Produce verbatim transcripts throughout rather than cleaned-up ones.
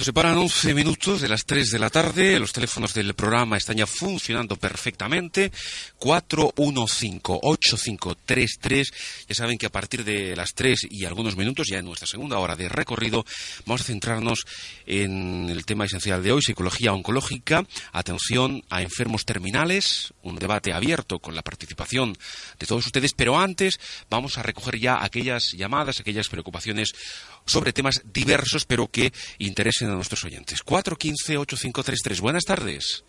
Nos separan once minutos de las tres de la tarde. Los teléfonos del programa están ya funcionando perfectamente. cuatro uno cinco, ocho cinco tres tres. Ya saben que a partir de las tres y algunos minutos, ya en nuestra segunda hora de recorrido, vamos a centrarnos en el tema esencial de hoy, psicología oncológica. Atención a enfermos terminales. Un debate abierto con la participación de todos ustedes. Pero antes vamos a recoger ya aquellas llamadas, aquellas preocupaciones sobre temas diversos, pero que interesen a nuestros oyentes. cuatro uno cinco, ocho cinco tres tres. Buenas tardes.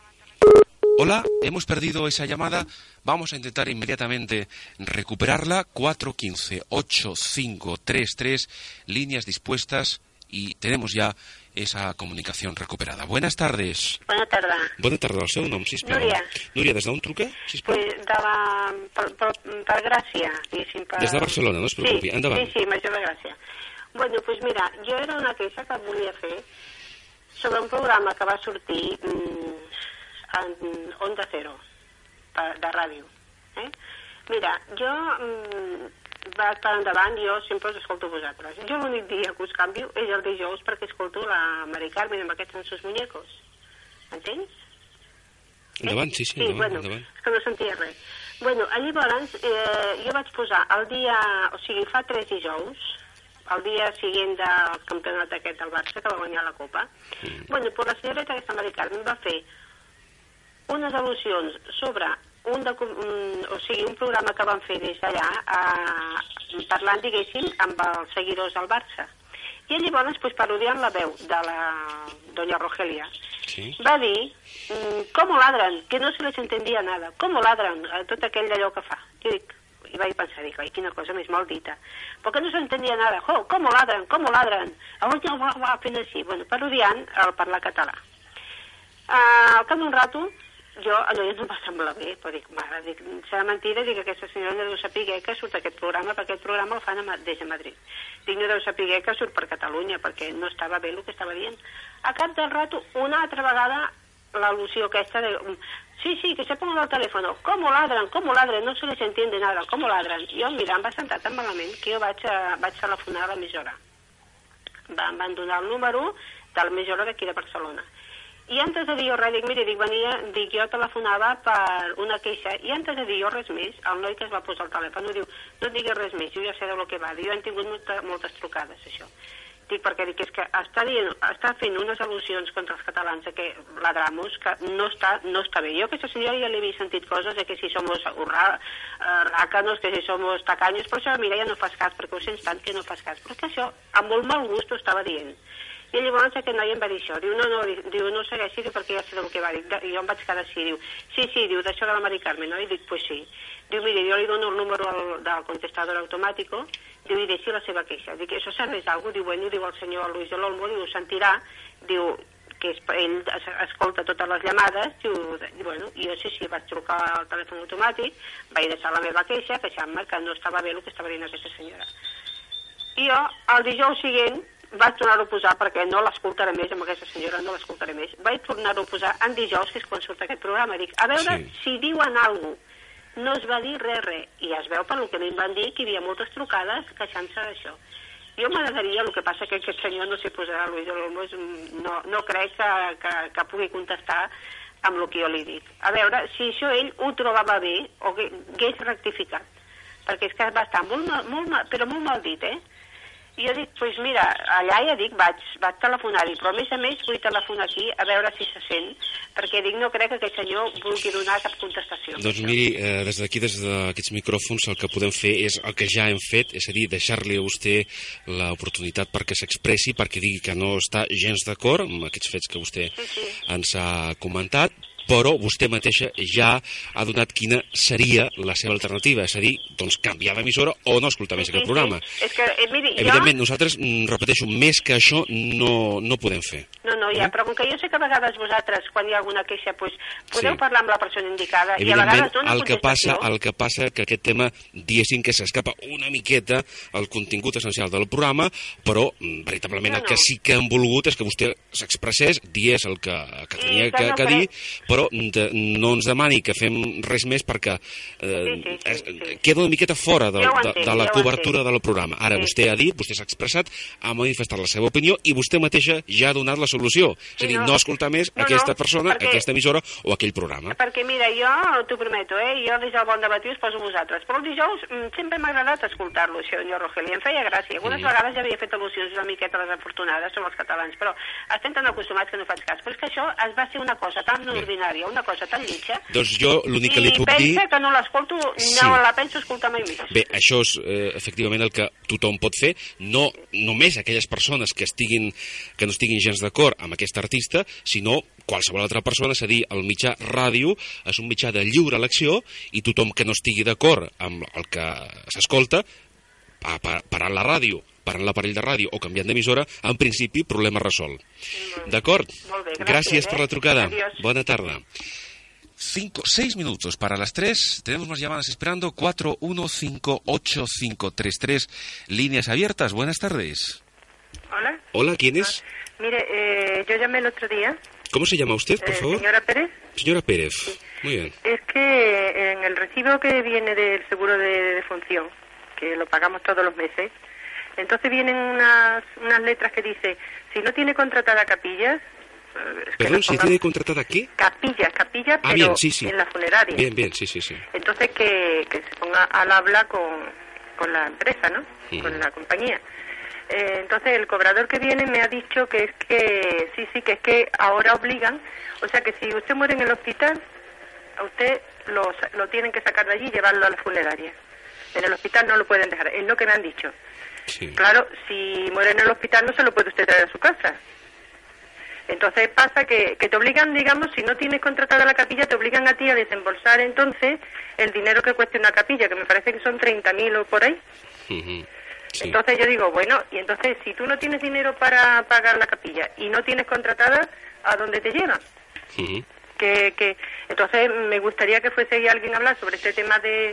Hola, hemos perdido esa llamada. Vamos a intentar inmediatamente recuperarla. cuatro uno cinco, ocho cinco tres tres. Líneas dispuestas y tenemos ya esa comunicación recuperada. Buenas tardes. Bona tarda. Bona tarda. El seu nom, sisplau. Núria. Núria, des d'on truca, sisplau? Pues de la... per, per, per Gràcia, diguéssim. Per... Des de Barcelona, no es preocupi. Sí, endavant. sí, sí, Major de Gràcia. Bueno, pues mira, jo era una queixa que volia fer sobre un programa que va sortir mmm, en Onda Cero, de ràdio. Eh? Mira, jo mmm, va per endavant, jo sempre us escolto vosaltres. Jo l'únic dia que us canvio és el dijous perquè escolto la Mari Carmen amb aquests en sus muñecos. Entens? Endavant, sí, sí, sí, endavant, bueno, endavant. És que no sentia res. Bueno, llavors, eh, jo vaig posar el dia, o sigui, fa tres dijous, el dia següent del campionat aquest del Barça, que va guanyar la Copa. Mm. Bueno, pues la senyoreta aquesta Mari Carmen va fer unes al·lusions sobre un, de, un, o sigui, un programa que van fer des d'allà, eh, parlant, diguéssim, amb els seguidors del Barça. I llavors, pues, parodiant la veu de la doña Rogelia, sí, va dir, com ladran, que no se les entendía nada, com ladran, tot aquell d'allò que fa. Jo dic, i vaig pensar, dic, ai, quina cosa més maldita, perquè no s'entendia nada, jo, com ladran, com ladran, avui ja ho va, va fent així, bueno, parodiant el parlar català. Uh, al cap d'un rato, jo, allò ja no em va semblar bé, però dic, mare, dic, serà mentida, dic, aquesta senyora no deu saber que surt aquest programa, perquè aquest programa el fan a, des de Madrid. Dic, no deu saber que surt per Catalunya, perquè no estava bé el que estava dient. A cap del rato, una altra vegada, l'al·lusió aquesta de... Sí, sí, que se pongan al teléfono. ¿Cómo ladran? ¿Cómo ladran? No se les entiende nada. ¿Cómo ladran? Jo, mira, em va sentar tan malament que jo vaig, a, vaig telefonar a l'emissora. Em van donar el número de l'emissora d'aquí de Barcelona. I antes de dir jo res, dic, mira, dic, venia, dic, jo telefonava per una queixa, i antes de dir jo res més, el noi que es va posar al telèfon diu, no et diguis res més, jo ja sé de lo que va. Diu, jo he tingut molta, moltes trucades, això. Dic, perquè dic, és que està, dient, està fent unes al·lusions contra els catalans de que ladramos, que no està, no està bé. Jo a aquesta senyora ja li havia sentit coses de que si som ràcanos, que si som tacaños, però això, mira, ja no fas cas, perquè ho sents tant que no fas cas. Però és que això, amb molt mal gust ho estava dient. I llavors aquest noi em va dir això, diu, no, no, diu, no segueixi, diu, perquè ja sé el que va dir. I jo em vaig quedar així, diu, sí, sí, diu, d'això de la Mari Carmen, no? I dic, pues sí. Diu, mire, jo li dono el número del, del contestador automàtico, diu, i deixi la seva queixa. Dic, això serveix alguna cosa? Diu, bueno, diu el senyor Luis de l'Olmo, diu, sentirà, diu, que és, ell escolta totes les llamades, diu, i bueno, jo sí, sí, vaig trucar al telèfon automàtic, vaig deixar la meva queixa, queixant-me que no estava bé el que estava dient aquesta senyora. I jo, el dijous següent, vaig tornar-ho a posar, perquè no l'escoltaré més, amb aquesta senyora no l'escoltaré més, vaig tornar-ho a posar en dijous, que és quan surt aquest programa. Dic, a veure sí, si diuen alguna cosa. No es va dir res, res. I es veu per el que a mi em van dir que hi havia moltes trucades queixant-se d'això. Jo m'agradaria, el que passa que aquest senyor no s'hi posarà, Luis de l'Olmo, no, no crec que, que, que pugui contestar amb el que jo li dic. A veure si això ell ho trobava bé o que hagués rectificat. Perquè és que va estar molt, molt, però molt mal dit, eh? I jo dic, doncs pues mira, allà ja dic, vaig, vaig telefonar-hi, però a més a més vull telefonar aquí a veure si se sent, perquè dic, no crec que aquest senyor vulgui donar cap contestació. Doncs miri, eh, des d'aquí, des d'aquests micròfons, el que podem fer és el que ja hem fet, és a dir, deixar-li a vostè l'oportunitat perquè s'expressi, perquè digui que no està gens d'acord amb aquests fets que vostè sí, sí. ens ha comentat, però vostè mateixa ja ha donat quina seria la seva alternativa, és a dir, doncs canviar l'emissora o no escoltar més sí, aquest programa. Sí. És que, eh, miri, evidentment, jo... nosaltres, repeteixo, més que això no, no podem fer. No, no, ja, eh? però com que jo sé que a vegades vosaltres, quan hi ha alguna queixa, pues, podeu Sí. parlar amb la persona indicada, i a Evidentment, vegades dona el que passa, contestació. el que passa que aquest tema, diguéssim que s'escapa una miqueta al contingut essencial del programa, però mm, veritablement No, el no. que sí que han volgut és que vostè s'expressés, digués el que, que I tenia que que, no que dir, crec- però de, no ens demani que fem res més perquè eh, Sí, sí, sí, es, sí. queda una miqueta fora de, Ja ho de, entenc, de la ja ho cobertura entenc. del programa. Ara Sí, vostè ha dit, vostè s'ha expressat, ha manifestat la seva opinió i vostè mateixa ja ha donat la solució. És a dir, no. no escoltar més No, aquesta no, persona, perquè- aquesta emissora o aquell programa. Perquè mira, jo t'ho prometo, eh? Jo des del Bon Dematí us poso vosaltres, però el dijous mm, sempre m'ha agradat escoltar-lo, això, senyor Rogelio, em feia gràcia. Algunes Mm. vegades ja havia fet al·lusions una miqueta desafortunades sobre els catalans, però estem tan acostumats que no faig cas. Però és que això es va ser una cosa tan ordinària, una cosa tan lletja, Doncs jo l'únic que li i puc pensa dir... que no l'escolto, Sí. no la penso escoltar mai més. Bé, això és eh, efectivament el que tothom pot fer, no només aquelles persones que estiguin que no estiguin gens d'acord amb aquest artista, sinó qualsevol altra persona. És a dir, el mitjà ràdio és un mitjà de lliure elecció i tothom que no estigui d'acord amb el que s'escolta, pa- pa- parant la ràdio, parant l'aparell de ràdio o canviant d'emissora, en principi, problema resolt. D'acord? Molt bé, gràcies, Gràcies per eh? la trucada. Adiós. Buena tarde. Cinco, seis minutos para las tres. Tenemos más llamadas esperando. cuatro uno cinco ocho cinco tres tres. Líneas abiertas. Buenas tardes. Hola. Hola, ¿quién es? Mire, eh, yo llamé el otro día. ¿Cómo se llama usted, por eh, favor? Señora Pérez. Señora Pérez. Muy bien. Es que en el recibo que viene del seguro de defunción, que lo pagamos todos los meses, entonces vienen unas, unas letras que dice, si no tiene contratada capillas... eh, es que Perdón, nos ¿si pongan- tiene contratada qué? Capillas, capillas, Ah, pero bien, sí, sí. en la funeraria. Bien, bien, sí, sí, sí. Entonces que, que se ponga al habla con, con la empresa, ¿no? Mm. Con la compañía. Eh, entonces el cobrador que viene me ha dicho que es que, sí, sí, que es que ahora obligan, o sea que si usted muere en el hospital, a usted lo, sa- lo tienen que sacar de allí y llevarlo a la funeraria. En el hospital no lo pueden dejar, es lo que me han dicho. Sí. Claro, si muere en el hospital no se lo puede usted traer a su casa. Entonces pasa que, que te obligan, digamos, si no tienes contratada la capilla, te obligan a ti a desembolsar entonces el dinero que cueste una capilla, que me parece que son treinta mil o por ahí. Ujú. Sí. Entonces yo digo, bueno, y entonces si tú no tienes dinero para pagar la capilla y no tienes contratada, ¿a dónde te llevan? Ujú. Que, que entonces me gustaría que fuese ahí alguien a hablar sobre este tema de... eh,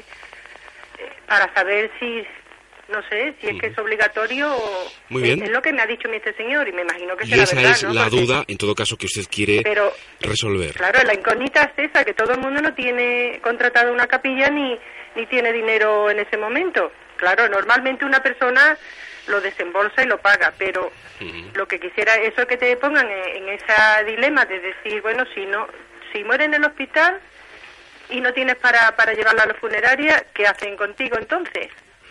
para saber si... No sé, si es que es obligatorio o... Muy bien. Es, es lo que me ha dicho mi este señor y me imagino que Y será esa verdad, es ¿no? la Porque- duda, en todo caso, que usted quiere Pero, resolver. claro, la incógnita es esa, que todo el mundo no tiene contratado una capilla ni, ni tiene dinero en ese momento. Claro, normalmente una persona lo desembolsa y lo paga, pero Ujú. lo que quisiera eso es que te pongan en, en ese dilema de decir, bueno, si no, si muere en el hospital y no tienes para, para llevarla a la funeraria, ¿qué hacen contigo entonces?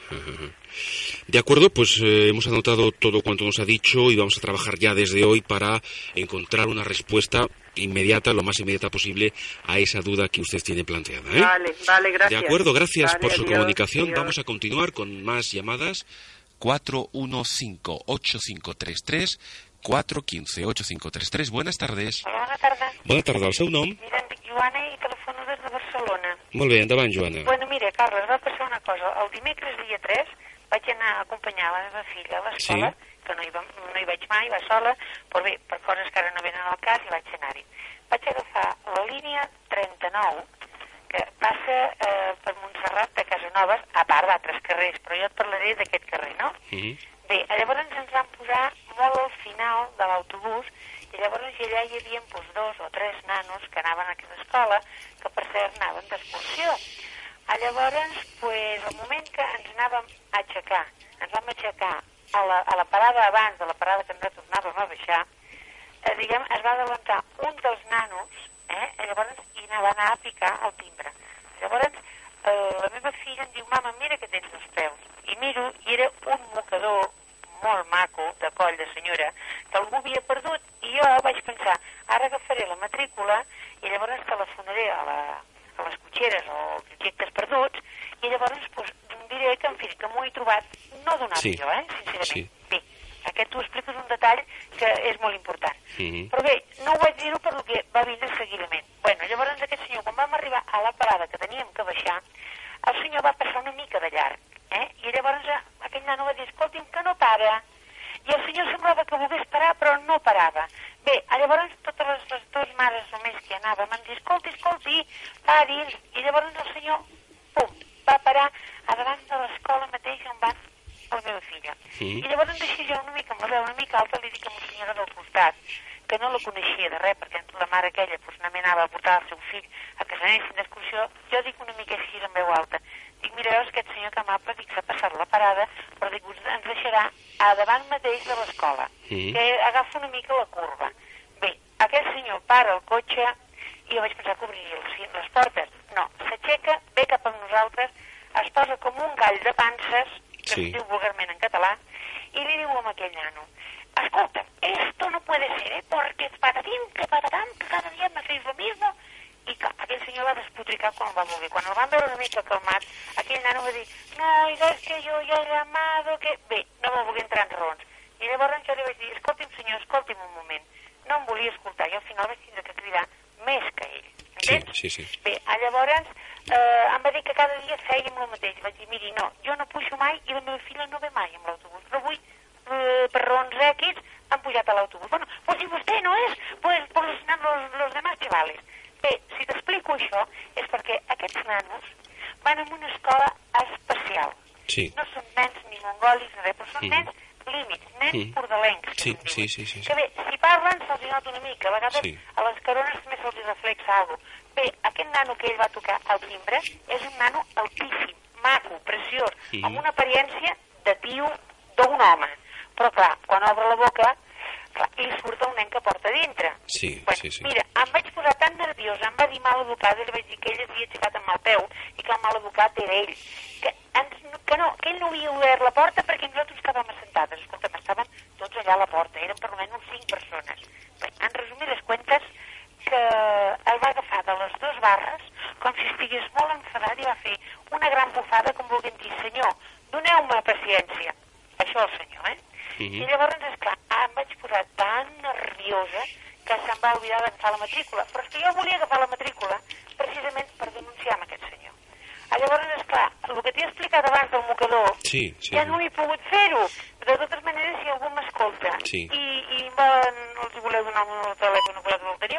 De acuerdo, pues eh, hemos anotado todo cuanto nos ha dicho y vamos a trabajar ya desde hoy para encontrar una respuesta inmediata, lo más inmediata posible, a esa duda que usted tiene planteada. ¿eh? Vale, vale, gracias. De acuerdo, gracias Vale, por su adiós, comunicación. adiós. Vamos a continuar con más llamadas. cuatro uno cinco ocho cinco tres tres, cuatro uno cinco ocho cinco tres tres. Buenas tardes. Hola, bona tarda. Bona tarda, el seu nom? Mira, em dic Joana i telefono des de Barcelona. Molt bé, endavant, Joana. Bueno, mira, Carles, va passar una cosa. El dimecres, dia tres, vaig anar a acompanyar la meva filla a l'escola, Sí. que no hi, va, no hi vaig mai, va sola, però bé, per coses que ara no venen al cas, i vaig anar-hi. Vaig agafar la línia trenta-nou, que passa eh, per Montserrat de Casanovas, a part d'altres carrers, però jo et parlaré d'aquest carrer, no? Mhm. Bé, llavors ens vam posar molt al final de l'autobús i llavors allà hi havia doncs, dos o tres nanos que anaven a aquesta escola, que per cert anaven d'excursió. Ah, llavors, pues, al moment que ens anàvem a aixecar, ens vam aixecar a la, a la parada abans de la parada que ens tornàvem a baixar, eh, diguem, es va adelantar un dels nanos, eh, i llavors i va anar a picar al timbre. Llavors, eh, la meva filla em diu, mama, mira que tens els peus. I miro, i era un mocador molt maco, de coll de senyora, que algú havia perdut, i jo vaig pensar, ara agafaré la matrícula i llavors telefonaré a, la, a les cotxeres o objectes perduts, i llavors pues, diré que, en fi, que m'ho he trobat, no donat Sí. jo, eh, sincerament. Sí. Bé, aquest t'ho expliques un detall que és molt important. Mhm. Però bé, no ho vaig dir-ho per que va vindre seguidament. Bueno, llavors aquest senyor, quan vam arribar a la parada que teníem que baixar, el senyor va passar una mica de llarg, eh? I llavors eh, aquell nano va dir, escolti'm, que no para. I el senyor semblava que volgués parar, però no parava. Bé, llavors totes les, les dues mares o més que anàvem van dir, escolti, escolti, pari, i llavors el senyor, pum, va parar a davant de l'escola mateix on va la meva filla. Mm. I llavors deixé jo una mica, amb la veu una mica alta, li dic a la senyora del costat, que no la coneixia de res, perquè la mare aquella pues, també anava a portar el seu fill a que s'anessin d'excursió, jo dic una mica així en veu alta. Dic, mireu, aquest senyor que amable, dic, s'ha passat la parada, però dic, ens deixarà a davant mateix de l'escola, mm. que agafa una mica la curva. Bé, aquest senyor para el cotxe i jo vaig pensar que obriria les portes. No, s'aixeca, ve cap a nosaltres, es posa com un gall de panses, que sí. Es diu vulgarment en català, i li diu a aquell nano, escolta, esto no puede ser, ¿eh? Porque patatín, que patatán, que cada día me hacéis lo mismo. I que aquell senyor va despotricar quan el va voler. Quan el van veure una mica calmat, aquell nano va dir, no, oiga, es que yo ya he llamado, que... Bé, no va voler entrar en raons. I llavors jo li vaig dir, escolti'm senyor, escolti'm un moment. No em volia escoltar, jo al final vaig tindre que cridar més que ell. Entens? Sí, sí, sí. Bé, llavors eh, em va dir que cada dia fèiem el mateix. Vaig dir, miri, no, jo no pujo mai i la meva filla no ve mai amb l'autobús. Però avui, eh, per raons èquids, han pujat a l'autobús. Bueno, pues si vostè no és, pues, pues los, los demás chavales. Bé, si t'explico això, és perquè aquests nanos van en una escola especial. Sí. No són nens ni mongolis, ni res, però són mm. nens límits, nens mm. pordalencs. Sí, sí, sí, sí, sí. Que bé, si parlen se'ls nota una mica, a vegades sí. a les carones també se'ls reflexa alguna cosa. Bé, aquest nano que ell va tocar al timbre és un nano altíssim, maco, preciós, mm. amb una apariència de tio d'un home. Però clar, quan obre la boca, clar, li surt un nen que porta dintre. Sí, bueno, sí, sí. Mira, em vaig posar tan nerviosa, em va dir mal educada, li vaig dir que ell havia aixecat amb el peu i que el mal educat era ell. Que, ens, que no, que ell no havia obert la porta perquè nosaltres estàvem assentades. Escolta, estaven tots allà a la porta, eren per almenys cinc persones. Bé, en resumides cuentes, que el va agafar de les dues barres, com si estigués molt enfadat i va fer una gran bufada com volguem dir, senyor, doneu-me paciència. Això el senyor, eh? Mm-hmm. I llavors, esclar, em vaig posar tan nerviosa que se'm va oblidar d'agafar la matrícula. Però és que jo volia agafar la matrícula precisament per denunciar amb aquest senyor. Llavors, esclar, el que t'he explicat abans del mocador, sí, sí, ja sí. no he pogut fer-ho. De totes maneres, si algú m'escolta sí. i, i volen, els voleu donar el telèfon o el teniu,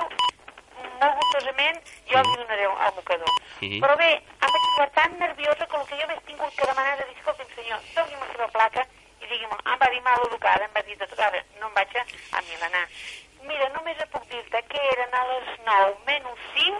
molt gustosament jo mm. li donaré el mocador. Mm-hmm. Però bé, em vaig posar tan nerviosa que el que jo m'he tingut que demanar és dir, escolta'm senyor, doni'm la seva placa i digui'm, em va dir mal educada, em va dir de tot, ara no em vaig a, a milanar. Mira, només puc dir-te que eren a les nou menys cinc,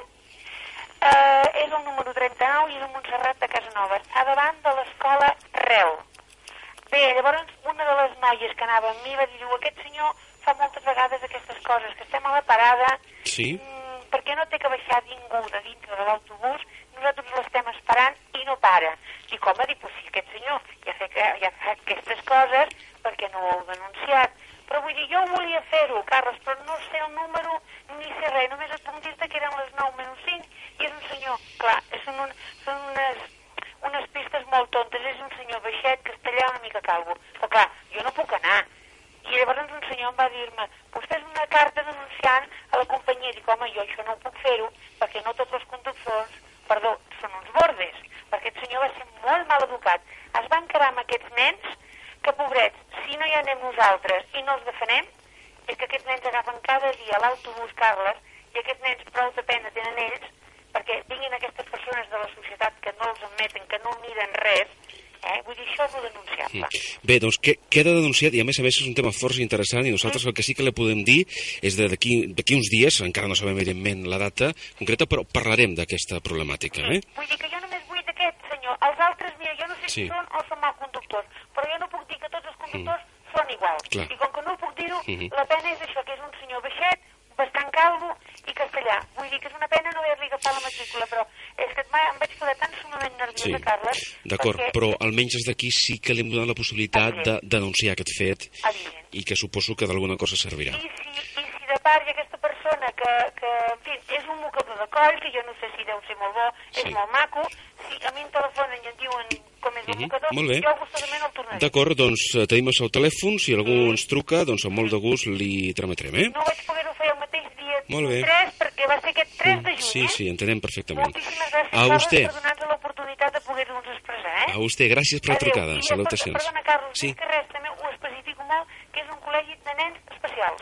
eh, és el número trenta-nou i és el Montserrat de Casanova, a davant de l'escola Reu. Bé, llavors una de les noies que anava amb mi va dir, aquest senyor fa moltes vegades aquestes coses, que estem a la parada, sí. mmm, perquè no té que baixar ningú de dintre de l'autobús, nosaltres l'estem esperant i no para. I com a dir, pues si aquest senyor ja fa, ja fa aquestes coses, perquè no ho heu denunciat? Però vull dir, jo volia fer-ho, Carles, però no sé el número ni sé res, només et puc dir-te que eren les nou menys cinc i és un senyor, clar, són, un, són unes, unes pistes molt tontes, és un senyor baixet, castellà, una mica calvo, però clar, jo no puc anar. I llavors un senyor em va dir-me, vostè és una carta denunciant a la companyia. Dic, home, jo això no ho puc fer-ho, perquè no tots els conductors, perdó, són uns bordes, perquè aquest senyor va ser molt mal educat. Es va encarar amb aquests nens, que pobrets, si no hi anem nosaltres i no els defenem, és que aquests nens agafen cada dia l'autobús, Carles, i aquests nens prou de pena tenen ells, perquè vinguin aquestes persones de la societat que no els admeten, que no miren res, eh? Vull dir, això és denunciable. Bé, doncs que, queda denunciat i a més a més és un tema força interessant i nosaltres mm. el que sí que le podem dir és de d'aquí uns dies, encara no sabem evidentment la data concreta, però parlarem d'aquesta problemàtica. Eh? Sí. Vull dir que jo només vull d'aquest senyor. Els altres, mira, jo no sé sí. si són o són mal conductors, però jo no puc dir que tots els conductors mm. són iguals. Clar. I com que no puc dir-ho, mm-hmm. la pena és això, que és un senyor baixet, bastant calvo i castellà. Vull dir que és una pena no haver-li agafat la matrícula, però és que em vaig posar tan sumament nerviosa, sí. Carles. D'acord, perquè... però almenys des d'aquí sí que li hem donat la possibilitat Evident. de denunciar aquest fet Evident. I que suposo que d'alguna cosa servirà. I si, i si de part hi ha aquesta persona que, que, en fi, és un mocador de coll, que jo no sé si deu ser molt bo, sí. és molt maco, si a mi em telefonen i em diuen com és el mm-hmm. mocador, molt bé. Jo gustosament el tornaré. D'acord, doncs tenim el seu telèfon, si algú mm. ens truca, doncs amb molt de gust li trametrem, eh? No vaig poder-ho fer el mateix dia molt bé. tres, perquè va ser aquest tres de juny, sí, eh? sí, entenem perfectament. Moltíssimes gràcies, a Carles, vostè. per donar-nos l'oportunitat de poder-nos expressar, eh? A vostè, gràcies per la Adéu. trucada. I Salutacions. Perdona, Carlos, sí. que res, també ho especifico molt, que és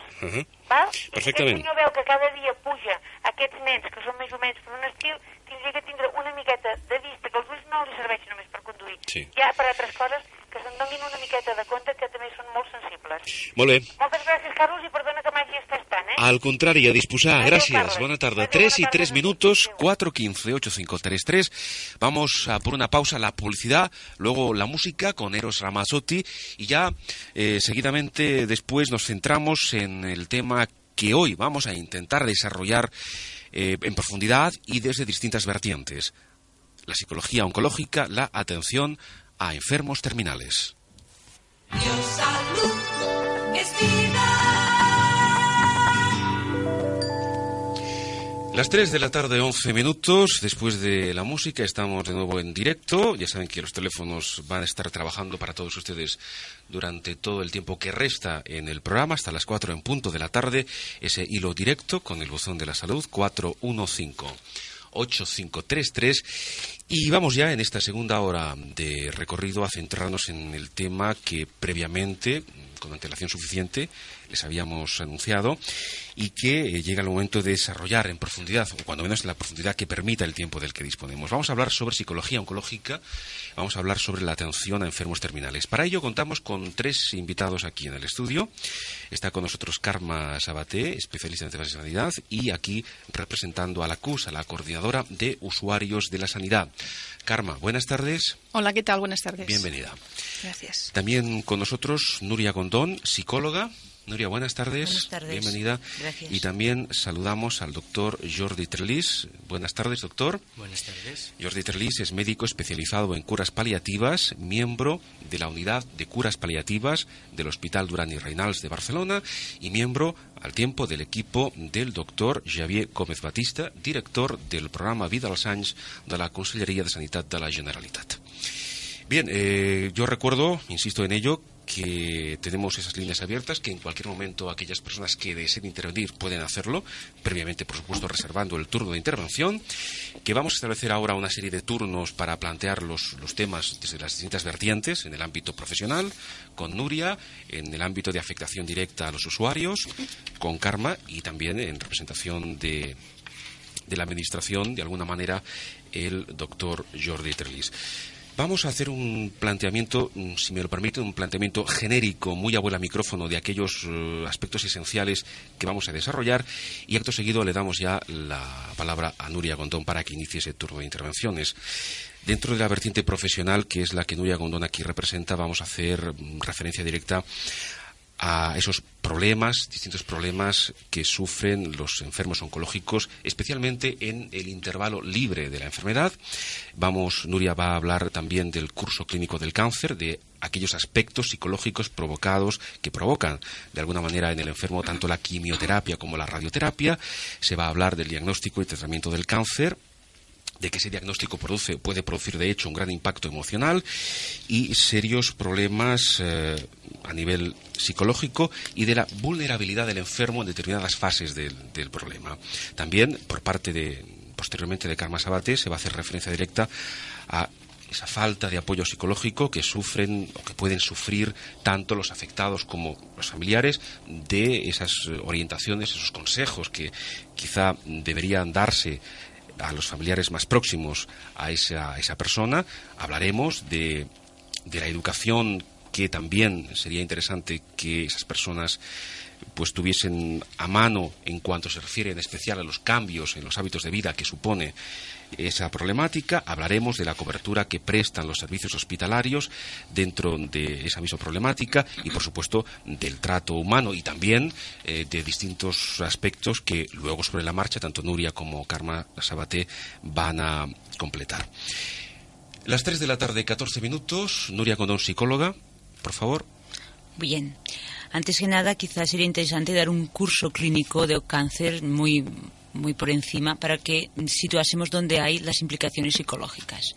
Uh-huh. Val? Perfectament. I si el senyor veu que cada dia puja aquests nens que són més o menys per un estil, tindria que tindre una miqueta de vista, que els ulls no li serveixen només per conduir. Sí. Hi ha per altres coses que se'n donin una miqueta de compte que també són molt sensibles. Molt bé. Moltes gràcies, Carlos, i perdona que m'hagi estat tant, eh? Al contrari, a disposar. Adiós, Gracias. Carles. Buena tarde. Adiós, tres y buena tres tarde. minutos, cuatro quince, ocho cinco tres tres. Vamos a por una pausa, la publicidad, luego la música con Eros Ramazzotti y ya eh, seguidamente después nos centramos en el tema que hoy vamos a intentar desarrollar eh, en profundidad y desde distintas vertientes. La psicología oncológica, la atención a enfermos terminales. Dios salud, que es vida. Las tres de la tarde, once minutos, después de la música estamos de nuevo en directo. Ya saben que los teléfonos van a estar trabajando para todos ustedes durante todo el tiempo que resta en el programa, hasta las cuatro en punto de la tarde, ese hilo directo con el buzón de la salud, cuatro uno cinco, ocho cinco tres tres. Y vamos ya en esta segunda hora de recorrido a centrarnos en el tema que previamente, con antelación suficiente, les habíamos anunciado y que eh, llega el momento de desarrollar en profundidad, o cuando menos en la profundidad que permita el tiempo del que disponemos. Vamos a hablar sobre psicología oncológica, vamos a hablar sobre la atención a enfermos terminales. Para ello contamos con tres invitados aquí en el estudio. Está con nosotros Karma Sabaté, especialista en temas de sanidad, y aquí representando a la C U S, a la Coordinadora de Usuarios de la Sanidad. Karma, buenas tardes. Hola, ¿qué tal? Buenas tardes. Bienvenida. Gracias. También con nosotros Nuria Gondón, psicóloga. Nuria, buenas tardes. Buenas tardes. Bienvenida. Gracias. Y también saludamos al doctor Jordi Trellis. Buenas tardes, doctor. Buenas tardes. Jordi Trellis es médico especializado en curas paliativas, miembro de la Unidad de Curas Paliativas del Hospital Duran i Reynals de Barcelona y miembro al tiempo del equipo del doctor Xavier Gómez Batista, director del programa Vida als Anys de la Conselleria de Sanitat de la Generalitat. Bien, eh, yo recuerdo, insisto en ello, que tenemos esas líneas abiertas, que en cualquier momento aquellas personas que deseen intervenir pueden hacerlo, previamente, por supuesto, reservando el turno de intervención, que vamos a establecer ahora una serie de turnos para plantear los, los temas desde las distintas vertientes, en el ámbito profesional, con Nuria, en el ámbito de afectación directa a los usuarios, con Karma y también en representación de, de la Administración, de alguna manera, el doctor Jordi Trellis. Vamos a hacer un planteamiento, si me lo permite, un planteamiento genérico, muy abuela micrófono, de aquellos uh, aspectos esenciales que vamos a desarrollar, y acto seguido le damos ya la palabra a Nuria Gondón para que inicie ese turno de intervenciones. Dentro de la vertiente profesional, que es la que Nuria Gondón aquí representa, vamos a hacer um, referencia directa a esos problemas, distintos problemas que sufren los enfermos oncológicos, especialmente en el intervalo libre de la enfermedad. Vamos, Nuria va a hablar también del curso clínico del cáncer, de aquellos aspectos psicológicos provocados, que provocan de alguna manera en el enfermo tanto la quimioterapia como la radioterapia. Se va a hablar del diagnóstico y tratamiento del cáncer, de que ese diagnóstico produce, puede producir de hecho un gran impacto emocional y serios problemas eh, a nivel psicológico y de la vulnerabilidad del enfermo en determinadas fases del, del problema. También por parte de, posteriormente de Karma Sabaté, se va a hacer referencia directa a esa falta de apoyo psicológico que sufren o que pueden sufrir tanto los afectados como los familiares, de esas orientaciones, esos consejos que quizá deberían darse a los familiares más próximos a esa, a esa persona. Hablaremos de, de la educación, que también sería interesante que esas personas pues tuviesen a mano en cuanto se refiere en especial a los cambios en los hábitos de vida que supone esa problemática. Hablaremos de la cobertura que prestan los servicios hospitalarios dentro de esa misma problemática y, por supuesto, del trato humano y también eh, de distintos aspectos que luego sobre la marcha tanto Nuria como Karma Sabaté van a completar. Las tres de la tarde, catorce minutos. Nuria Gondón, psicóloga, por favor. Bien. Antes que nada, quizás sería interesante dar un curso clínico de cáncer muy, muy por encima para que situásemos dónde hay las implicaciones psicológicas.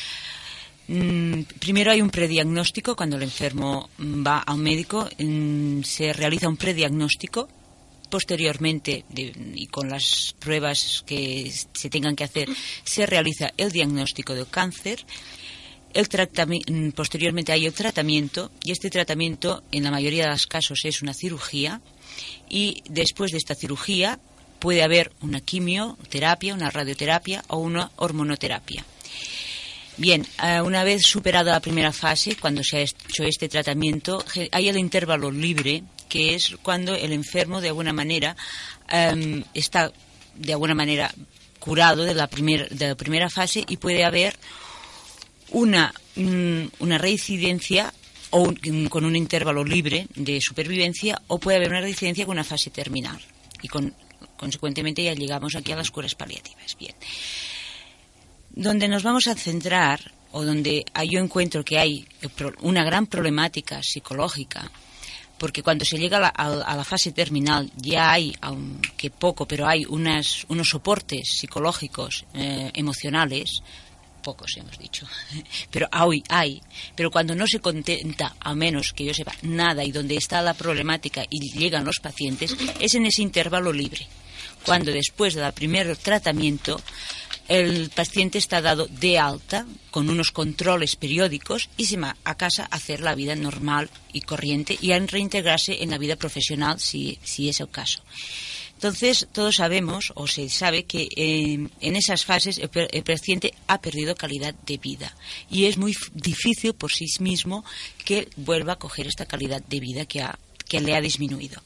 Mm, primero hay un prediagnóstico. Cuando el enfermo va a un médico, mm, se realiza un prediagnóstico. Posteriormente, de, y con las pruebas que se tengan que hacer, se realiza el diagnóstico del cáncer. El tratami- posteriormente hay el tratamiento, y este tratamiento en la mayoría de los casos es una cirugía, y después de esta cirugía puede haber una quimioterapia, una radioterapia o una hormonoterapia. Bien, una vez superada la primera fase, cuando se ha hecho este tratamiento, hay el intervalo libre, que es cuando el enfermo de alguna manera um, está de alguna manera curado de la, primer, de la primera fase y puede haber una, um, una reincidencia o un, con un intervalo libre de supervivencia, o puede haber una reincidencia con una fase terminal y con, consecuentemente ya llegamos aquí a las curas paliativas. Bien. Donde nos vamos a centrar, o donde yo encuentro que hay una gran problemática psicológica, porque cuando se llega a la, a la fase terminal ya hay, aunque poco, pero hay unas, unos soportes psicológicos, eh, emocionales, pocos hemos dicho, pero hoy hay, pero cuando no se contenta, a menos que yo sepa, nada, y donde está la problemática y llegan los pacientes, es en ese intervalo libre, cuando después del primer tratamiento el paciente está dado de alta con unos controles periódicos y se va a casa a hacer la vida normal y corriente y a reintegrarse en la vida profesional si, si es el caso. Entonces, todos sabemos, o se sabe, que eh, en esas fases el, el paciente ha perdido calidad de vida y es muy difícil por sí mismo que vuelva a coger esta calidad de vida que, ha, que le ha disminuido.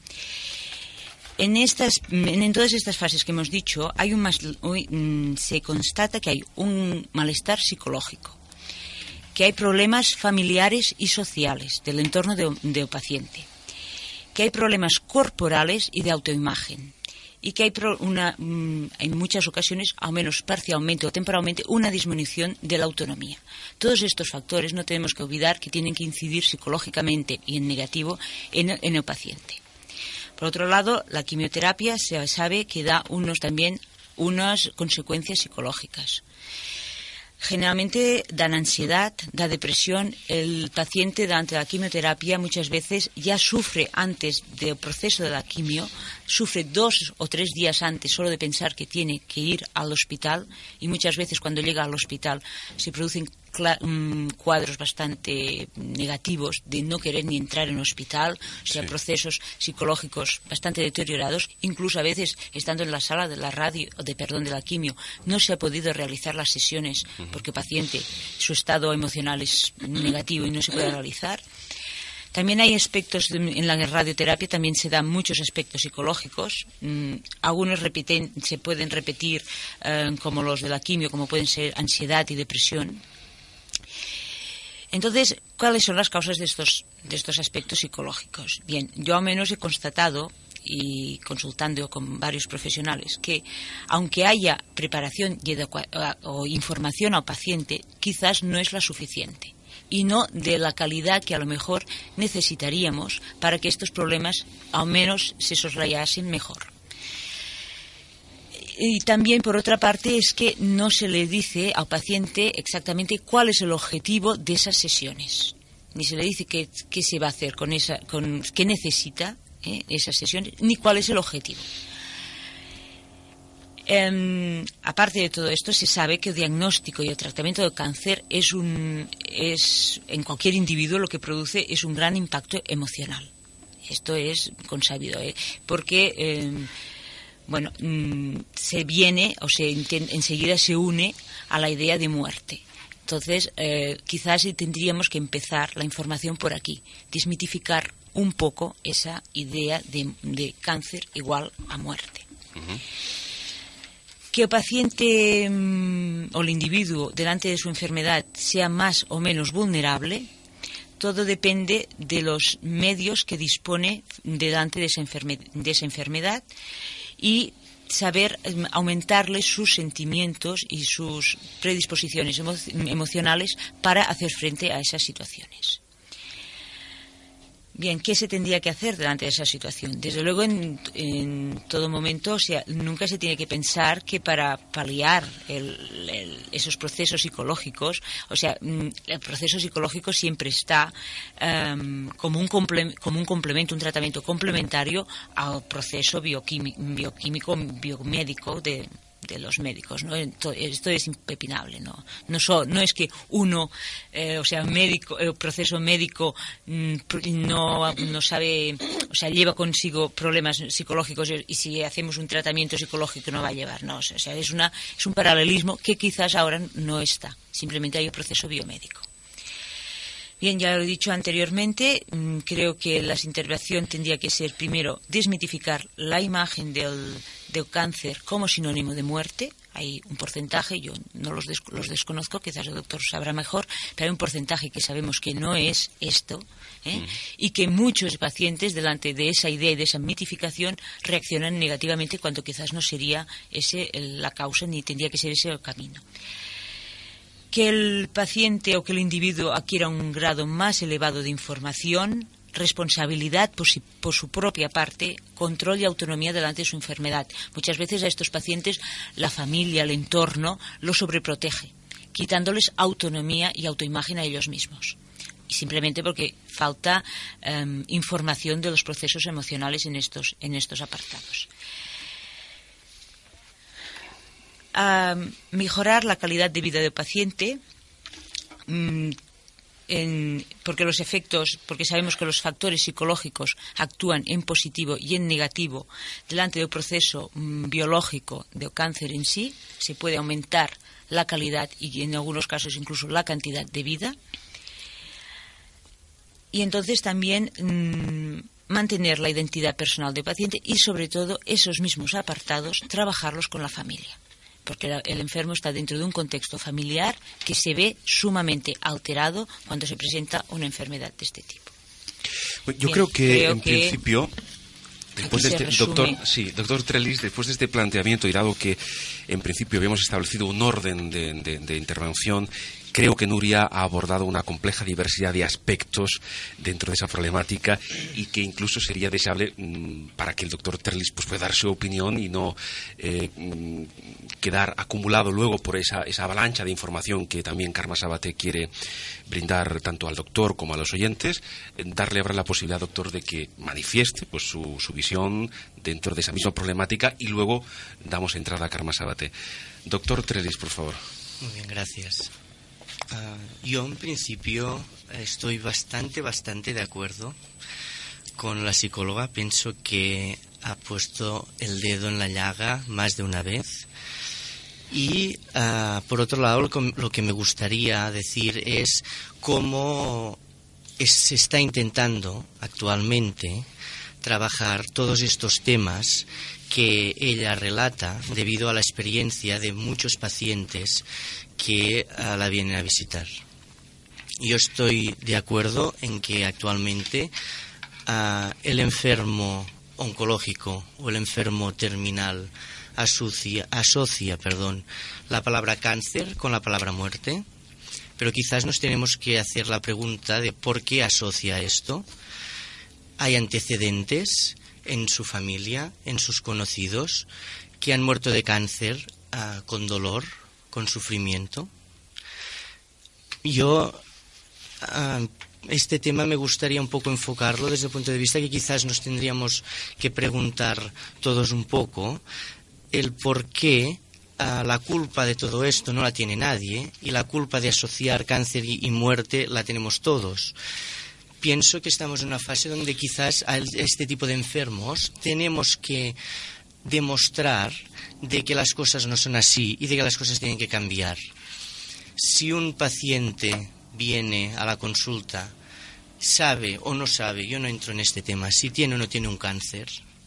En, estas, en todas estas fases que hemos dicho, hay un más, se constata que hay un malestar psicológico, que hay problemas familiares y sociales del entorno del de paciente, que hay problemas corporales y de autoimagen, y que hay una, en muchas ocasiones, al menos parcialmente o temporalmente, una disminución de la autonomía. Todos estos factores no tenemos que olvidar que tienen que incidir psicológicamente y en negativo en, en el paciente. Por otro lado, la quimioterapia se sabe que da unos también unas consecuencias psicológicas. Generalmente dan ansiedad, da depresión. El paciente durante la quimioterapia muchas veces ya sufre antes del proceso de la quimio, sufre dos o tres días antes solo de pensar que tiene que ir al hospital, y muchas veces cuando llega al hospital se producen cuadros bastante negativos de no querer ni entrar en el hospital, o sea, sí. procesos psicológicos bastante deteriorados. Incluso a veces, estando en la sala de la radio, de perdón, de la quimio, no se ha podido realizar las sesiones uh-huh. porque el paciente, su estado emocional es negativo y no se puede realizar. También hay aspectos, en la radioterapia también se dan muchos aspectos psicológicos. Mm, algunos repiten, se pueden repetir eh, como los de la quimio, como pueden ser ansiedad y depresión. Entonces, ¿cuáles son las causas de estos, de estos aspectos psicológicos? Bien, yo al menos he constatado, y consultando con varios profesionales, que aunque haya preparación y o información al paciente, quizás no es la suficiente y no de la calidad que a lo mejor necesitaríamos para que estos problemas al menos se soslayasen mejor. Y también, por otra parte, es que no se le dice al paciente exactamente cuál es el objetivo de esas sesiones. Ni se le dice qué, qué se va a hacer con esa, con qué necesita eh, esas sesiones, ni cuál es el objetivo. Eh, aparte de todo esto, se sabe que el diagnóstico y el tratamiento del cáncer es un, es en cualquier individuo lo que produce es un gran impacto emocional. Esto es consabido, ¿eh? porque eh, bueno, mmm, se viene o se enseguida se une a la idea de muerte. Entonces, eh, quizás tendríamos que empezar la información por aquí, desmitificar un poco esa idea de, de cáncer igual a muerte. Uh-huh. Que el paciente mmm, o el individuo delante de su enfermedad sea más o menos vulnerable, todo depende de los medios que dispone delante de esa, enferme- de esa enfermedad y saber aumentarle sus sentimientos y sus predisposiciones emo- emocionales para hacer frente a esas situaciones. Bien, ¿qué se tendría que hacer delante de esa situación? Desde luego, en, en todo momento, o sea, nunca se tiene que pensar que para paliar el, el, esos procesos psicológicos, o sea, el proceso psicológico siempre está um, como, un comple- como un complemento, un tratamiento complementario al proceso bioquímico, bioquímico biomédico de, de los médicos, ¿no? Esto, esto es impepinable, ¿no? No, so, no es que uno, eh, o sea, médico, el proceso médico mm, no, no sabe, o sea, lleva consigo problemas psicológicos y si hacemos un tratamiento psicológico no va a llevar, no, o sea, es una, es un paralelismo que quizás ahora no está, simplemente hay un proceso biomédico. Bien, ya lo he dicho anteriormente, creo que la intervención tendría que ser, primero, desmitificar la imagen del, del cáncer como sinónimo de muerte. Hay un porcentaje, yo no los, des, los desconozco, quizás el doctor sabrá mejor, pero hay un porcentaje que sabemos que no es esto, ¿eh? Mm. Y que muchos pacientes, delante de esa idea y de esa mitificación, reaccionan negativamente cuando quizás no sería ese la causa ni tendría que ser ese el camino. Que el paciente o que el individuo adquiera un grado más elevado de información, responsabilidad por, si, por su propia parte, control y autonomía delante de su enfermedad. Muchas veces a estos pacientes la familia, el entorno, los sobreprotege, quitándoles autonomía y autoimagen a ellos mismos. Y simplemente porque falta eh, información de los procesos emocionales en estos, en estos apartados. A mejorar la calidad de vida del paciente, mmm, en, porque los efectos, porque sabemos que los factores psicológicos actúan en positivo y en negativo delante del proceso mmm, biológico del cáncer en sí, se puede aumentar la calidad y en algunos casos incluso la cantidad de vida. Y entonces también mmm, mantener la identidad personal del paciente y sobre todo esos mismos apartados, trabajarlos con la familia. Porque el enfermo está dentro de un contexto familiar que se ve sumamente alterado cuando se presenta una enfermedad de este tipo. Yo Bien, creo que, creo en que principio, después de este, doctor, sí, doctor Trellis, después de este planteamiento y dado que en principio habíamos establecido un orden de, de, de intervención, creo que Nuria ha abordado una compleja diversidad de aspectos dentro de esa problemática y que incluso sería deseable mmm, para que el doctor Trellis pues, pueda dar su opinión y no eh, mmm, quedar acumulado luego por esa, esa avalancha de información que también Carme Sabaté quiere brindar tanto al doctor como a los oyentes, eh, darle ahora la posibilidad, doctor, de que manifieste pues, su, su visión dentro de esa misma problemática y luego damos entrada a Carme Sabaté. Doctor Trellis, por favor. Muy bien, gracias. Uh, yo en principio estoy bastante, bastante de acuerdo con la psicóloga. Pienso que ha puesto el dedo en la llaga más de una vez. Y uh, por otro lado, lo que, lo que me gustaría decir es cómo es, se está intentando actualmente trabajar todos estos temas que ella relata debido a la experiencia de muchos pacientes que uh, la vienen a visitar. Yo estoy de acuerdo en que actualmente uh, el enfermo oncológico o el enfermo terminal asocia, asocia perdón, la palabra cáncer con la palabra muerte, pero quizás nos tenemos que hacer la pregunta de por qué asocia esto. Hay antecedentes en su familia, en sus conocidos, que han muerto de cáncer uh, con dolor, con sufrimiento. Yo uh, este tema me gustaría un poco enfocarlo desde el punto de vista que quizás nos tendríamos que preguntar todos un poco el por qué uh, la culpa de todo esto no la tiene nadie y la culpa de asociar cáncer y, y muerte la tenemos todos. Pienso que estamos en una fase donde quizás a este tipo de enfermos tenemos que demostrar de que las cosas no son así y de que las cosas tienen que cambiar. Si un paciente viene a la consulta, sabe o no sabe, yo no entro en este tema, si tiene o no tiene un cáncer,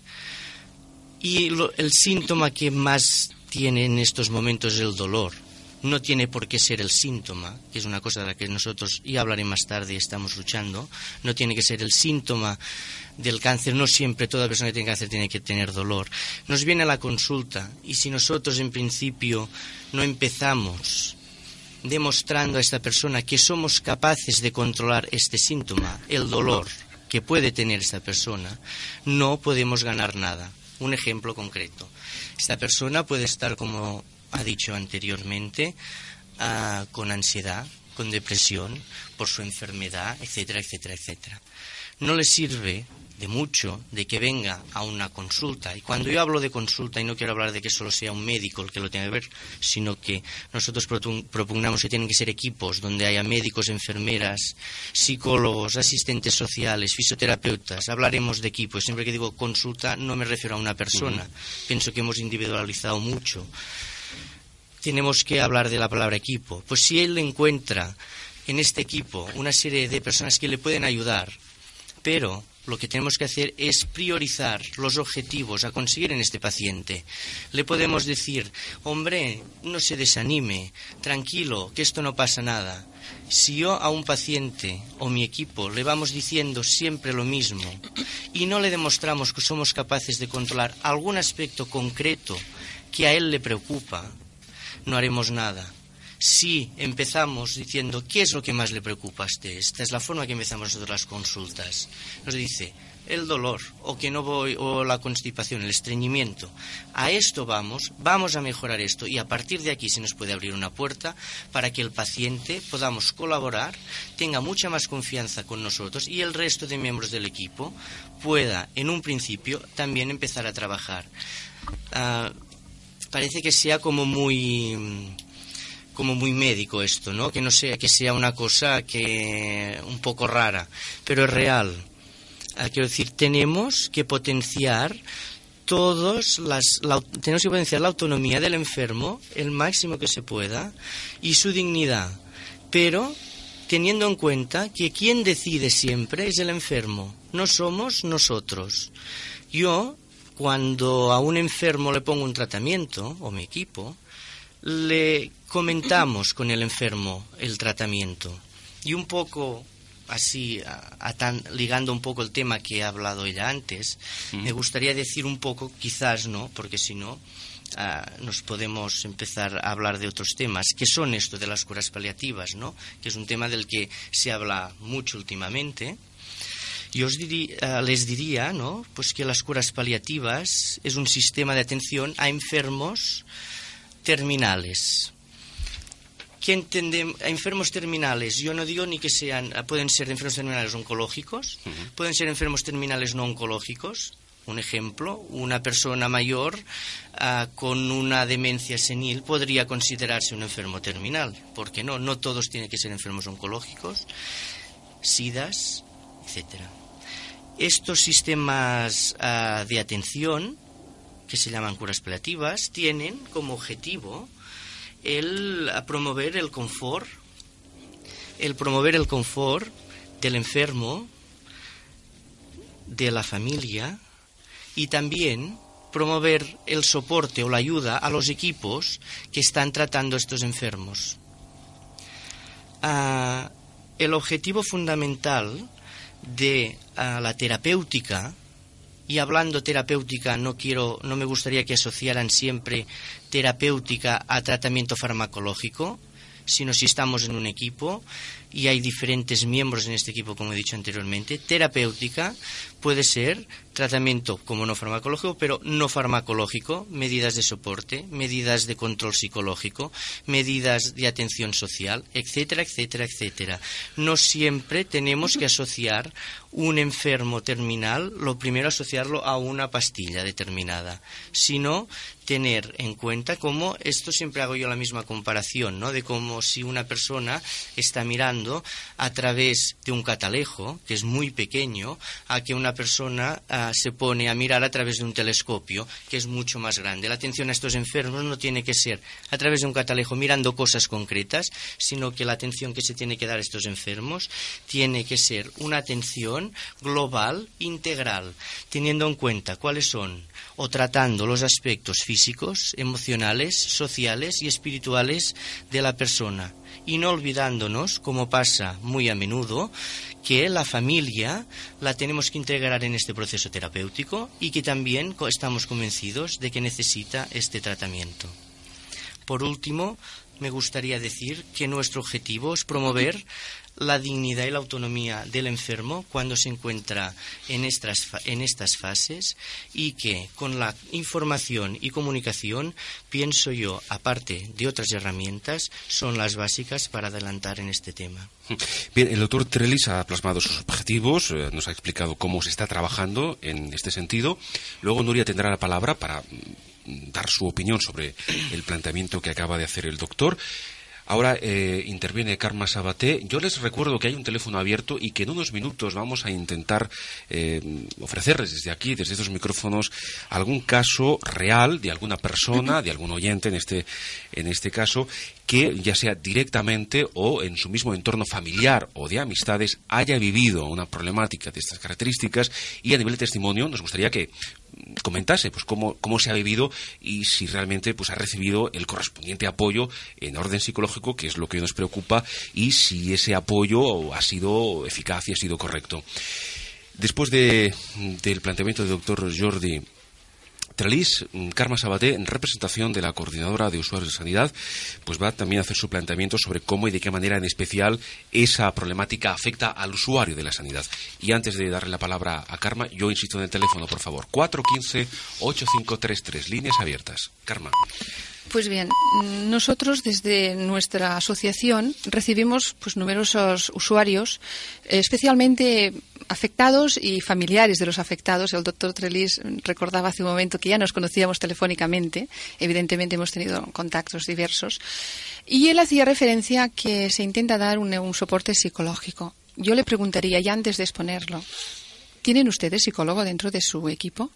y lo, el síntoma que más tiene en estos momentos es el dolor, no tiene por qué ser el síntoma, que es una cosa de la que nosotros, y hablaré más tarde, estamos luchando, no tiene que ser el síntoma del cáncer, no siempre toda persona que tiene cáncer tiene que tener dolor. Nos viene a la consulta y si nosotros en principio no empezamos demostrando a esta persona que somos capaces de controlar este síntoma, el dolor que puede tener esta persona, no podemos ganar nada. Un ejemplo concreto. Esta persona puede estar, como ha dicho anteriormente, uh, con ansiedad, con depresión, por su enfermedad, etcétera, etcétera, etcétera. No le sirve de mucho de que venga a una consulta. Y cuando yo hablo de consulta, y no quiero hablar de que solo sea un médico el que lo tenga que ver, sino que nosotros propugnamos que tienen que ser equipos donde haya médicos, enfermeras, psicólogos, asistentes sociales, fisioterapeutas. Hablaremos de equipo. Siempre que digo consulta no me refiero a una persona. Uh-huh. Pienso que hemos individualizado mucho. Tenemos que hablar de la palabra equipo. Pues si él encuentra en este equipo una serie de personas que le pueden ayudar, pero lo que tenemos que hacer es priorizar los objetivos a conseguir en este paciente. Le podemos decir, hombre, no se desanime, tranquilo, que esto no pasa nada. Si yo a un paciente o mi equipo le vamos diciendo siempre lo mismo y no le demostramos que somos capaces de controlar algún aspecto concreto que a él le preocupa, no haremos nada. Si empezamos diciendo qué es lo que más le preocupa a usted, esta es la forma que empezamos nosotros las consultas. Nos dice el dolor o que no voy o la constipación, el estreñimiento. A esto vamos, vamos a mejorar esto y a partir de aquí se nos puede abrir una puerta para que el paciente podamos colaborar, tenga mucha más confianza con nosotros y el resto de miembros del equipo pueda en un principio también empezar a trabajar. Uh, parece que sea como muy como muy médico esto, ¿no? Que no sea que sea una cosa que un poco rara, pero es real. Ah, quiero decir, tenemos que potenciar todos las la, tenemos que potenciar la autonomía del enfermo el máximo que se pueda y su dignidad, pero teniendo en cuenta que quien decide siempre es el enfermo, no somos nosotros. Yo, cuando a un enfermo le pongo un tratamiento, o mi equipo, le comentamos con el enfermo el tratamiento. Y un poco así, a, a tan, ligando un poco el tema que he hablado ella antes, mm. me gustaría decir un poco, quizás no, porque si no, uh, nos podemos empezar a hablar de otros temas, que son esto de las curas paliativas, ¿no? Que es un tema del que se habla mucho últimamente. Yo os diría, uh, les diría, ¿no? Pues que las curas paliativas es un sistema de atención a enfermos terminales. ¿Qué entendemos? A enfermos terminales, yo no digo ni que sean, pueden ser enfermos terminales oncológicos, uh-huh. pueden ser enfermos terminales no oncológicos. Un ejemplo, una persona mayor uh, con una demencia senil podría considerarse un enfermo terminal. ¿Por qué no? No todos tienen que ser enfermos oncológicos, SIDAs, etcétera. Estos sistemas uh, de atención, que se llaman curas paliativas, tienen como objetivo el promover el confort, el promover el confort del enfermo, de la familia y también promover el soporte o la ayuda a los equipos que están tratando a estos enfermos. Uh, el objetivo fundamental de uh, la terapéutica, y hablando terapéutica, no quiero, no me gustaría que asociaran siempre terapéutica a tratamiento farmacológico, sino si estamos en un equipo y hay diferentes miembros en este equipo, como he dicho anteriormente, terapéutica puede ser tratamiento como no farmacológico, pero no farmacológico, medidas de soporte, medidas de control psicológico, medidas de atención social, etcétera, etcétera, etcétera. No siempre tenemos que asociar un enfermo terminal, lo primero asociarlo a una pastilla determinada, sino tener en cuenta cómo, esto siempre hago yo la misma comparación, ¿no? De cómo si una persona está mirando a través de un catalejo, que es muy pequeño, a que una persona uh, se pone a mirar a través de un telescopio, que es mucho más grande. La atención a estos enfermos no tiene que ser a través de un catalejo mirando cosas concretas, sino que la atención que se tiene que dar a estos enfermos tiene que ser una atención global, integral, teniendo en cuenta cuáles son o tratando los aspectos físicos, emocionales, sociales y espirituales de la persona. Y no olvidándonos, como pasa muy a menudo, que la familia la tenemos que integrar en este proceso terapéutico y que también estamos convencidos de que necesita este tratamiento. Por último, me gustaría decir que nuestro objetivo es promover la dignidad y la autonomía del enfermo cuando se encuentra en estas, en estas fases, y que con la información y comunicación, pienso yo, aparte de otras herramientas, son las básicas para adelantar en este tema. Bien, el doctor Trellis ha plasmado sus objetivos, eh, nos ha explicado cómo se está trabajando en este sentido. Luego Nuria tendrá la palabra para mm, dar su opinión sobre el planteamiento que acaba de hacer el doctor. Ahora eh, interviene Carme Sabaté. Yo les recuerdo que hay un teléfono abierto y que en unos minutos vamos a intentar eh, ofrecerles desde aquí, desde estos micrófonos, algún caso real de alguna persona, de algún oyente en este, en este caso, que ya sea directamente o en su mismo entorno familiar o de amistades haya vivido una problemática de estas características, y a nivel de testimonio nos gustaría que comentase pues cómo, cómo se ha vivido y si realmente pues ha recibido el correspondiente apoyo en orden psicológico, que es lo que nos preocupa, y si ese apoyo ha sido eficaz y ha sido correcto. Después de, del planteamiento del doctor Jordi Trellis, Carme Sabaté, en representación de la Coordinadora de Usuarios de Sanidad, pues va también a hacer su planteamiento sobre cómo y de qué manera en especial esa problemática afecta al usuario de la sanidad. Y antes de darle la palabra a Carme, yo insisto en el teléfono, por favor, cuatro uno cinco, ocho cinco tres tres, líneas abiertas. Carme. Pues bien, nosotros desde nuestra asociación recibimos pues numerosos usuarios, especialmente afectados y familiares de los afectados. El doctor Trellis recordaba hace un momento que ya nos conocíamos telefónicamente, evidentemente hemos tenido contactos diversos, y él hacía referencia a que se intenta dar un, un soporte psicológico. Yo le preguntaría, ya antes de exponerlo, ¿tienen ustedes psicólogo dentro de su equipo?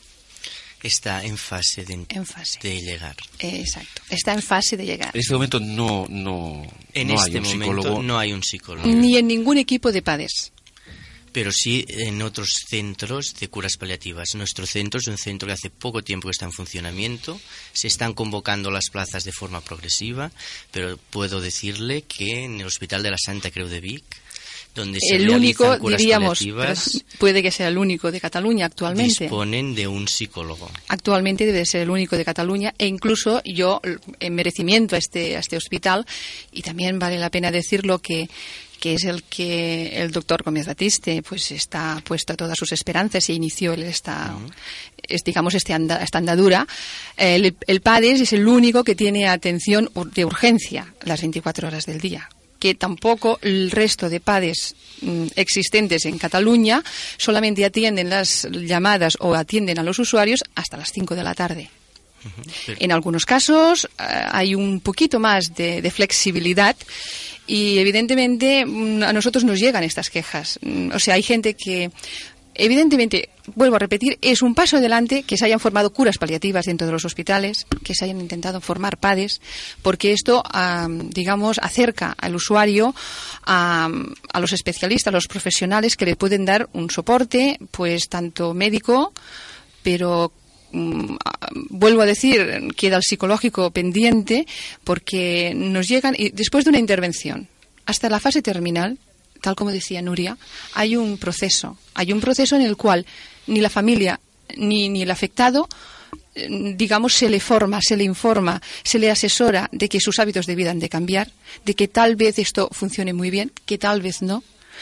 Está en fase de, en fase. de llegar. Exacto, está en fase de llegar. En este momento no, no, en no este hay un momento psicólogo. no hay un psicólogo. Ni en ningún equipo de PADES. Pero sí en otros centros de curas paliativas. Nuestro centro es un centro que hace poco tiempo que está en funcionamiento. Se están convocando las plazas de forma progresiva, pero puedo decirle que en el Hospital de la Santa Creu de Vic, donde se el único, curas diríamos, paliativas, puede que sea el único de Cataluña actualmente. Disponen de un psicólogo. Actualmente debe ser el único de Cataluña, e incluso yo, en merecimiento a este, a este hospital, y también vale la pena decirlo que que es el que el doctor Gómez Batiste pues está puesto todas sus esperanzas y inició esta, uh-huh. es, digamos, este anda, esta andadura. El, el PADES es el único que tiene atención de urgencia las veinticuatro horas del día, que tampoco el resto de PADES mm, existentes en Cataluña solamente atienden las llamadas o atienden a los usuarios hasta las cinco de la tarde. Uh-huh. En algunos casos uh, hay un poquito más de, de flexibilidad y evidentemente a nosotros nos llegan estas quejas. O sea, hay gente que evidentemente, vuelvo a repetir, es un paso adelante que se hayan formado curas paliativas dentro de los hospitales, que se hayan intentado formar PADES, porque esto, um, digamos, acerca al usuario a, a los especialistas, a los profesionales que le pueden dar un soporte, pues tanto médico, pero um, vuelvo a decir, queda el psicológico pendiente, porque nos llegan, y después de una intervención, hasta la fase terminal, tal como decía Nuria, hay un proceso, hay un proceso en el cual ni la familia ni, ni el afectado, digamos, se le forma, se le informa, se le asesora de que sus hábitos de vida han de cambiar, de que tal vez esto funcione muy bien, que tal vez no.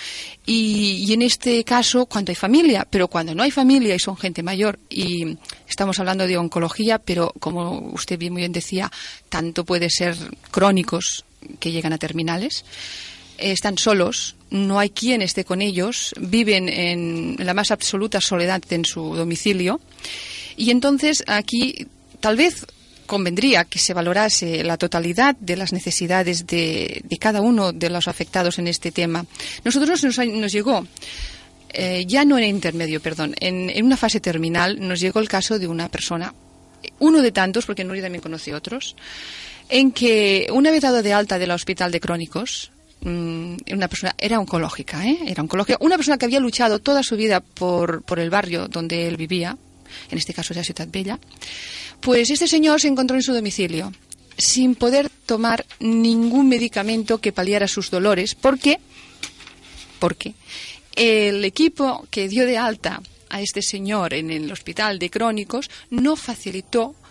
Y, y en este caso, cuando hay familia, pero cuando no hay familia y son gente mayor, y estamos hablando de oncología, pero como usted bien muy bien decía, tanto puede ser crónicos que llegan a terminales, están solos, no hay quien esté con ellos, viven en la más absoluta soledad en su domicilio, y entonces aquí tal vez convendría que se valorase la totalidad de las necesidades de, de cada uno de los afectados en este tema. Nosotros nos, nos llegó, eh, ya no en intermedio, perdón, en, en una fase terminal nos llegó el caso de una persona, uno de tantos, porque Nuria también conoce otros, en que una vez dado de alta del hospital de crónicos, una persona, era oncológica, ¿eh? Era oncológica, una persona que había luchado toda su vida por, por el barrio donde él vivía, en este caso era Ciutat Bella, pues este señor se encontró en su domicilio sin poder tomar ningún medicamento que paliara sus dolores. ¿Por qué? Porque el equipo que dio de alta a este señor en el hospital de crónicos no facilitó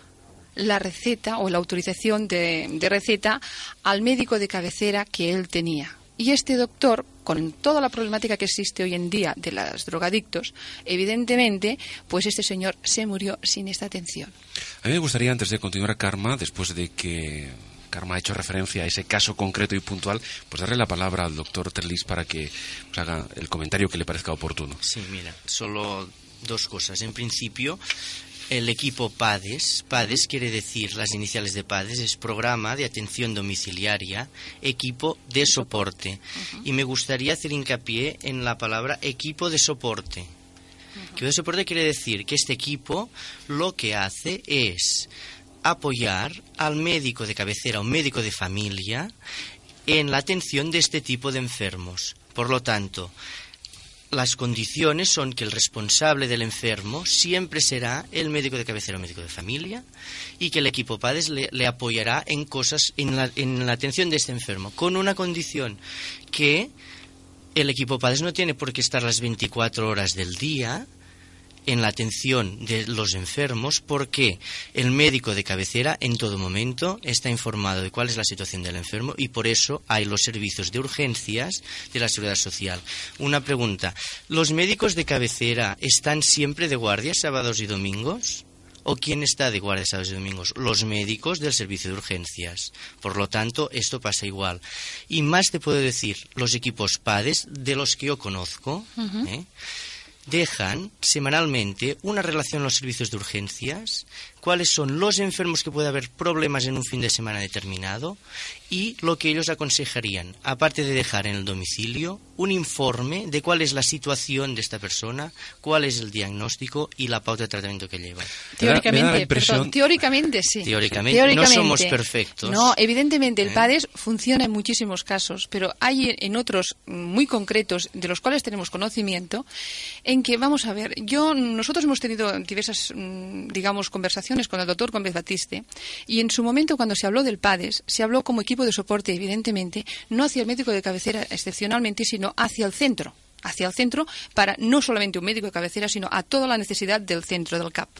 la receta o la autorización de, de receta al médico de cabecera que él tenía. Y este doctor, con toda la problemática que existe hoy en día de los drogadictos, evidentemente, pues este señor se murió sin esta atención. A mí me gustaría, antes de continuar, Karma, después de que Karma ha hecho referencia a ese caso concreto y puntual, pues darle la palabra al doctor Terlis para que pues, haga el comentario que le parezca oportuno. Sí, mira, solo dos cosas. En principio, el equipo PADES, PADES quiere decir, las iniciales de PADES, es Programa de Atención Domiciliaria, Equipo de Soporte. Uh-huh. Y me gustaría hacer hincapié en la palabra equipo de soporte. Uh-huh. Equipo de soporte quiere decir que este equipo lo que hace es apoyar al médico de cabecera o médico de familia en la atención de este tipo de enfermos. Por lo tanto, las condiciones son que el responsable del enfermo siempre será el médico de cabecera o médico de familia y que el equipo PADES le, le apoyará en cosas, en la, en la atención de este enfermo, con una condición, que el equipo PADES no tiene por qué estar las veinticuatro horas del día en la atención de los enfermos, porque el médico de cabecera en todo momento está informado de cuál es la situación del enfermo y por eso hay los servicios de urgencias de la Seguridad Social. Una pregunta, ¿los médicos de cabecera están siempre de guardia sábados y domingos? ¿O quién está de guardia sábados y domingos? Los médicos del servicio de urgencias. Por lo tanto, esto pasa igual. Y más te puedo decir, los equipos PADES, de los que yo conozco, uh-huh. ¿eh? dejan semanalmente una relación en los servicios de urgencias, cuáles son los enfermos que puede haber problemas en un fin de semana determinado y lo que ellos aconsejarían, aparte de dejar en el domicilio un informe de cuál es la situación de esta persona, cuál es el diagnóstico y la pauta de tratamiento que lleva. Teóricamente, impresión... perdón, teóricamente sí. Teóricamente, teóricamente no somos perfectos. No, evidentemente el ¿Eh? PADES funciona en muchísimos casos, pero hay en otros muy concretos de los cuales tenemos conocimiento en que, vamos a ver, yo nosotros hemos tenido diversas, digamos, conversaciones con el doctor Gómez Batiste y en su momento cuando se habló del PADES, se habló como equipo de soporte, evidentemente, no hacia el médico de cabecera excepcionalmente, sino hacia el centro, hacia el centro para no solamente un médico de cabecera, sino a toda la necesidad del centro, del C A P.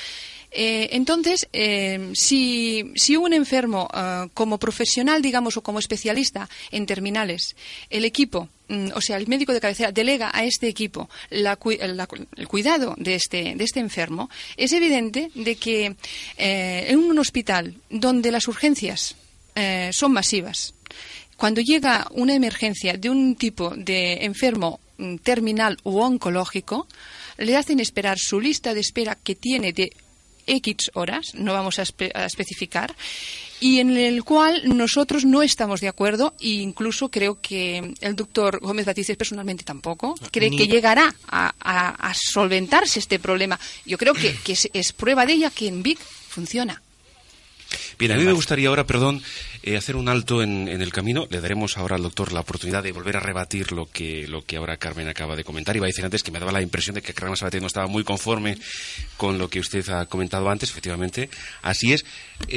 Eh, entonces, eh, si, si un enfermo, uh, como profesional, digamos, o como especialista en terminales, el equipo, mm, o sea, el médico de cabecera, delega a este equipo la, la, el cuidado de este, de este enfermo, es evidente de que eh, en un hospital donde las urgencias eh, son masivas, cuando llega una emergencia de un tipo de enfermo mm, terminal u oncológico, le hacen esperar su lista de espera que tiene de X horas, no vamos a, espe a especificar, y en el cual nosotros no estamos de acuerdo e incluso creo que el doctor Gómez Batiste personalmente tampoco cree Ni... que llegará a, a, a solventarse este problema. Yo creo que, que es, es prueba de ella que en Vic funciona. Bien, a mí me gustaría ahora, perdón, eh, hacer un alto en, en el camino. Le daremos ahora al doctor la oportunidad de volver a rebatir lo que, lo que ahora Carmen acaba de comentar. Iba a decir antes que me daba la impresión de que Carmen Sabater no estaba muy conforme con lo que usted ha comentado antes. Efectivamente, así es.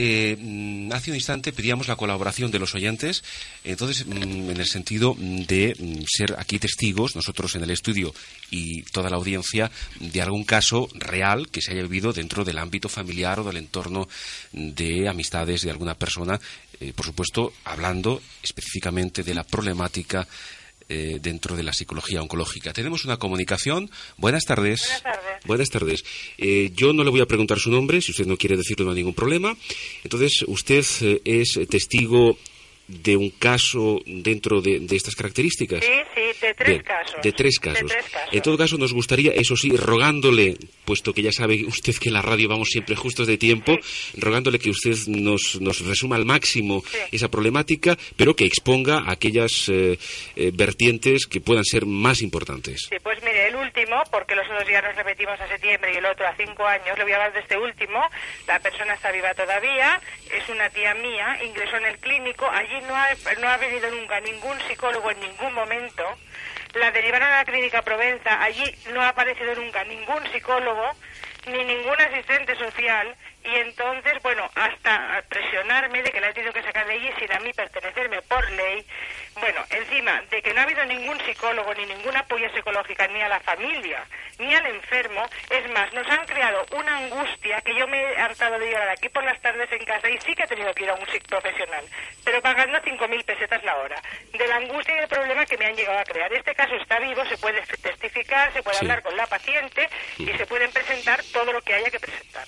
Eh, hace un instante pedíamos la colaboración de los oyentes, entonces, en el sentido de ser aquí testigos, nosotros en el estudio y toda la audiencia, de algún caso real que se haya vivido dentro del ámbito familiar o del entorno de amistades de alguna persona, eh, por supuesto, hablando específicamente de la problemática eh, dentro de la psicología oncológica. Tenemos una comunicación. Buenas tardes. Buenas tardes. Buenas tardes. Eh, yo no le voy a preguntar su nombre, si usted no quiere decirlo no hay ningún problema. Entonces, usted eh, es testigo de un caso dentro de, de estas características. Sí, sí, de tres Bien, casos. De tres casos. De tres casos. En todo caso, nos gustaría, eso sí, rogándole, puesto que ya sabe usted que en la radio vamos siempre justos de tiempo, sí. rogándole que usted nos, nos resuma al máximo sí. esa problemática, pero que exponga aquellas eh, eh, vertientes que puedan ser más importantes. Sí, pues mire, el último, porque los otros ya nos repetimos a septiembre y el otro a cinco años, le voy a hablar de este último. La persona está viva todavía, es una tía mía, ingresó en el clínico, allí no ha, no ha venido nunca ningún psicólogo en ningún momento. La derivaron a la clínica Provenza, allí no ha aparecido nunca ningún psicólogo ni ningún asistente social, y entonces, bueno, hasta presionarme de que la he tenido que sacar de allí sin a mí pertenecerme por ley, Bueno, encima de que no ha habido ningún psicólogo ni ninguna apoyo psicológica ni a la familia ni al enfermo, es más, nos han creado una angustia que yo me he hartado de llorar aquí por las tardes en casa y sí que he tenido que ir a un psic profesional, pero pagando cinco mil pesetas la hora, de la angustia y el problema que me han llegado a crear. Este caso está vivo, se puede testificar, se puede Sí. hablar con la paciente y se pueden presentar todo lo que haya que presentar.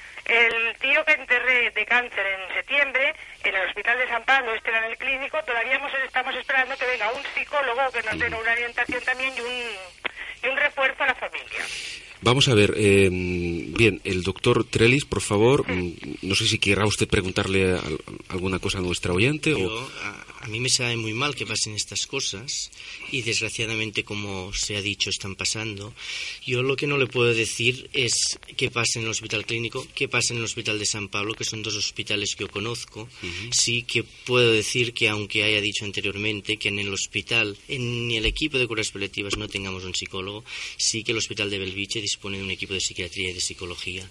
El tío que enterré de cáncer en septiembre en el Hospital de San Pablo, este era en el clínico, todavía hemos- estamos esperando que venga un psicólogo que nos dé una orientación también y un, y un refuerzo a la familia. Vamos a ver, eh, bien, el doctor Trellis, por favor, mm, no sé si querrá usted preguntarle al- alguna cosa a nuestra oyente o... Yo, a, a mí me sabe muy mal que pasen estas cosas y desgraciadamente, como se ha dicho, están pasando. Yo lo que no le puedo decir es qué pasa en el Hospital Clínico, qué pasa en el Hospital de San Pablo, que son dos hospitales que yo conozco. Sí que puedo decir que, aunque haya dicho anteriormente que en el hospital, en el equipo de curas paliativas no tengamos un psicólogo, sí que el Hospital de Belviche dispone de un equipo de psiquiatría y de psicología.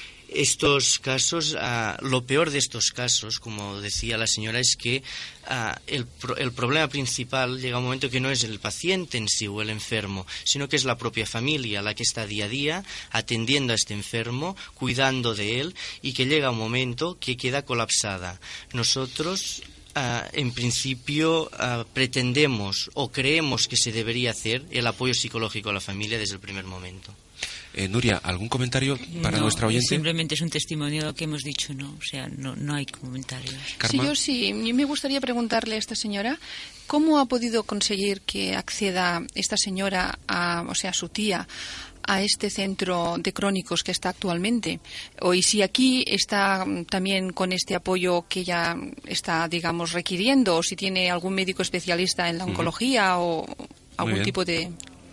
Estos casos, ah, lo peor de estos casos, como decía la señora, es que ah, el, pro- el problema principal llega un momento que no es el paciente en sí o el enfermo, sino que es la propia familia la que está día a día atendiendo a este enfermo, cuidando de él, y que llega un momento que queda colapsada. Nosotros, ah, en principio, ah, pretendemos o creemos que se debería hacer el apoyo psicológico a la familia desde el primer momento. Eh, Nuria, ¿algún comentario para No, nuestra oyente? Simplemente es un testimonio de lo que hemos dicho, ¿no? O sea, no, no hay comentarios. Sí, Karma. yo sí. Me gustaría preguntarle a esta señora cómo ha podido conseguir que acceda esta señora, a, o sea, su tía, a este centro de crónicos que está actualmente. O y si aquí está mm, también con este apoyo que ella está, digamos, requiriendo, o si tiene algún médico especialista en la oncología o algún bien. tipo de...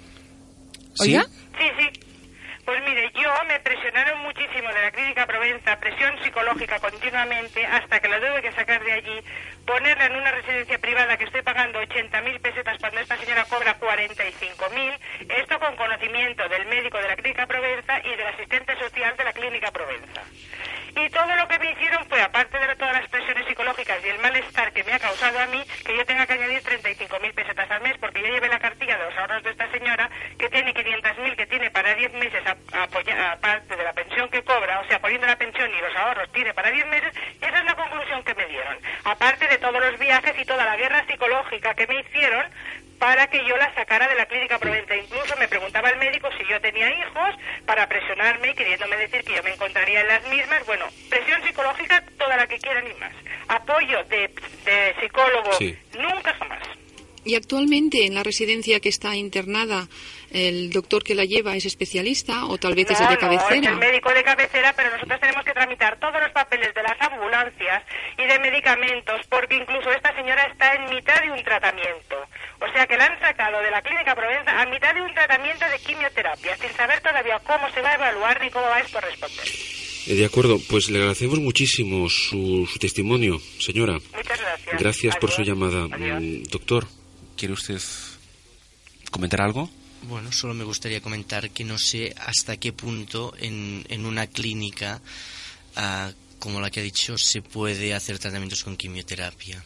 ¿Sí? ¿Oiga? Sí, sí. Pues mire, yo me presionaron muchísimo de la Clínica Provenza, presión psicológica continuamente, hasta que la tuve que sacar de allí, ponerla en una residencia privada que estoy pagando ochenta mil pesetas cuando esta señora cobra cuarenta y cinco mil, esto con conocimiento del médico de la Clínica Provenza y del asistente social de la Clínica Provenza. Y todo lo que me hicieron fue, aparte de todas las presiones psicológicas y el malestar que me ha causado a mí, que yo tenga que añadir treinta y cinco mil pesetas al mes, porque yo llevé la cartilla de los ahorros de esta señora, que tiene quinientos mil, que tiene para diez meses, a, a apoya- aparte de la pensión que cobra, o sea, poniendo la pensión y los ahorros, tiene para diez meses, y esa es la conclusión que me dieron. Aparte de todos los viajes y toda la guerra psicológica que me hicieron, para que yo la sacara de la Clínica Provenza. Incluso me preguntaba el médico si yo tenía hijos, para presionarme y queriéndome decir que yo me encontraría en las mismas. Bueno, presión psicológica toda la que quieran y más. Apoyo de, de psicólogo, Sí. nunca jamás. Y actualmente en la residencia que está internada, el doctor que la lleva es especialista o tal vez es el No, de no, cabecera. es el médico de cabecera, pero nosotros tenemos que tramitar todos los papeles de las ambulancias y de medicamentos, porque incluso esta señora está en mitad de un tratamiento. O sea que la han sacado de la Clínica Provenza a mitad de un tratamiento de quimioterapia, sin saber todavía cómo se va a evaluar ni cómo va a corresponder. Eh, de acuerdo, pues le agradecemos muchísimo su, su testimonio, señora. Muchas gracias. Gracias por su Adiós. llamada. Adiós. Mm, Doctor, ¿quiere usted comentar algo? Bueno, solo me gustaría comentar que no sé hasta qué punto en, en una clínica, ah, como la que ha dicho, se puede hacer tratamientos con quimioterapia.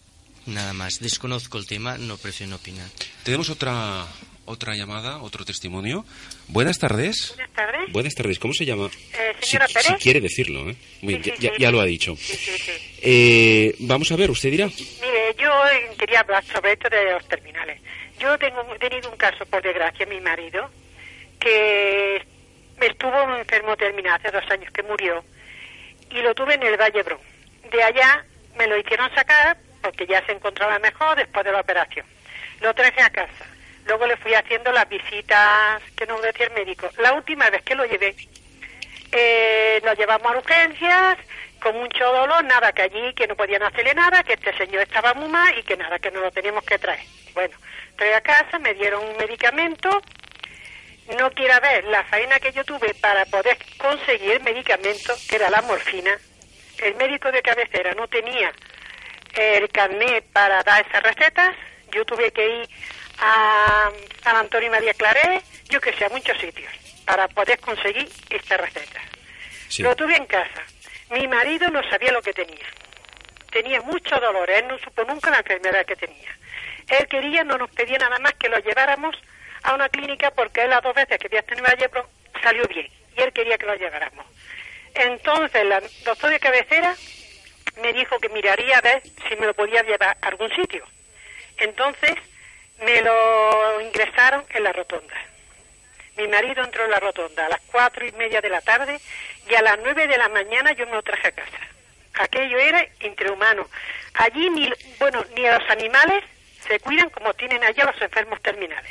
Nada más. Desconozco el tema, no prefiero no opinar. Tenemos otra otra llamada, otro testimonio. Buenas tardes. Buenas tardes. Buenas tardes, ¿cómo se llama? Eh, Si, señora si Pérez. quiere decirlo, ¿eh? Muy bien, Sí, ya, sí, ya- sí. ya lo ha dicho. Sí, sí, sí. Eh, vamos a ver, usted dirá. Mire, yo eh, quería hablar sobre esto de los terminales. Yo tengo he tenido un caso, por desgracia, mi marido, que estuvo enfermo terminal hace dos años, que murió, y lo tuve en el Valle Brón. De allá me lo hicieron sacar porque ya se encontraba mejor después de la operación. Lo traje a casa. Luego le fui haciendo las visitas que nos decía el médico. La última vez que lo llevé, eh, lo llevamos a urgencias con mucho dolor, nada, que allí que no podían hacerle nada, que este señor estaba muy mal y que nada, que no lo teníamos que traer. Bueno, traje a casa, me dieron un medicamento. No quiera ver la faena que yo tuve para poder conseguir el medicamento, que era la morfina. El médico de cabecera no tenía el carnet para dar esas recetas. Yo tuve que ir a San Antonio y María Claret, yo que sé, a muchos sitios, para poder conseguir estas recetas. Sí. Lo tuve en casa. Mi marido no sabía lo que tenía. Tenía mucho dolor, él no supo nunca la enfermedad que tenía. Él quería, no nos pedía nada más que lo lleváramos a una clínica porque él las dos veces que había tenido ayer salió bien y él quería que lo lleváramos. Entonces el doctor de cabecera me dijo que miraría a ver si me lo podía llevar a algún sitio. Entonces me lo ingresaron en la rotonda. Mi marido entró en la rotonda a las cuatro y media de la tarde y a las nueve de la mañana yo me lo traje a casa. Aquello era intrahumano. Allí ni, bueno, ni a los animales se cuidan como tienen allá los enfermos terminales.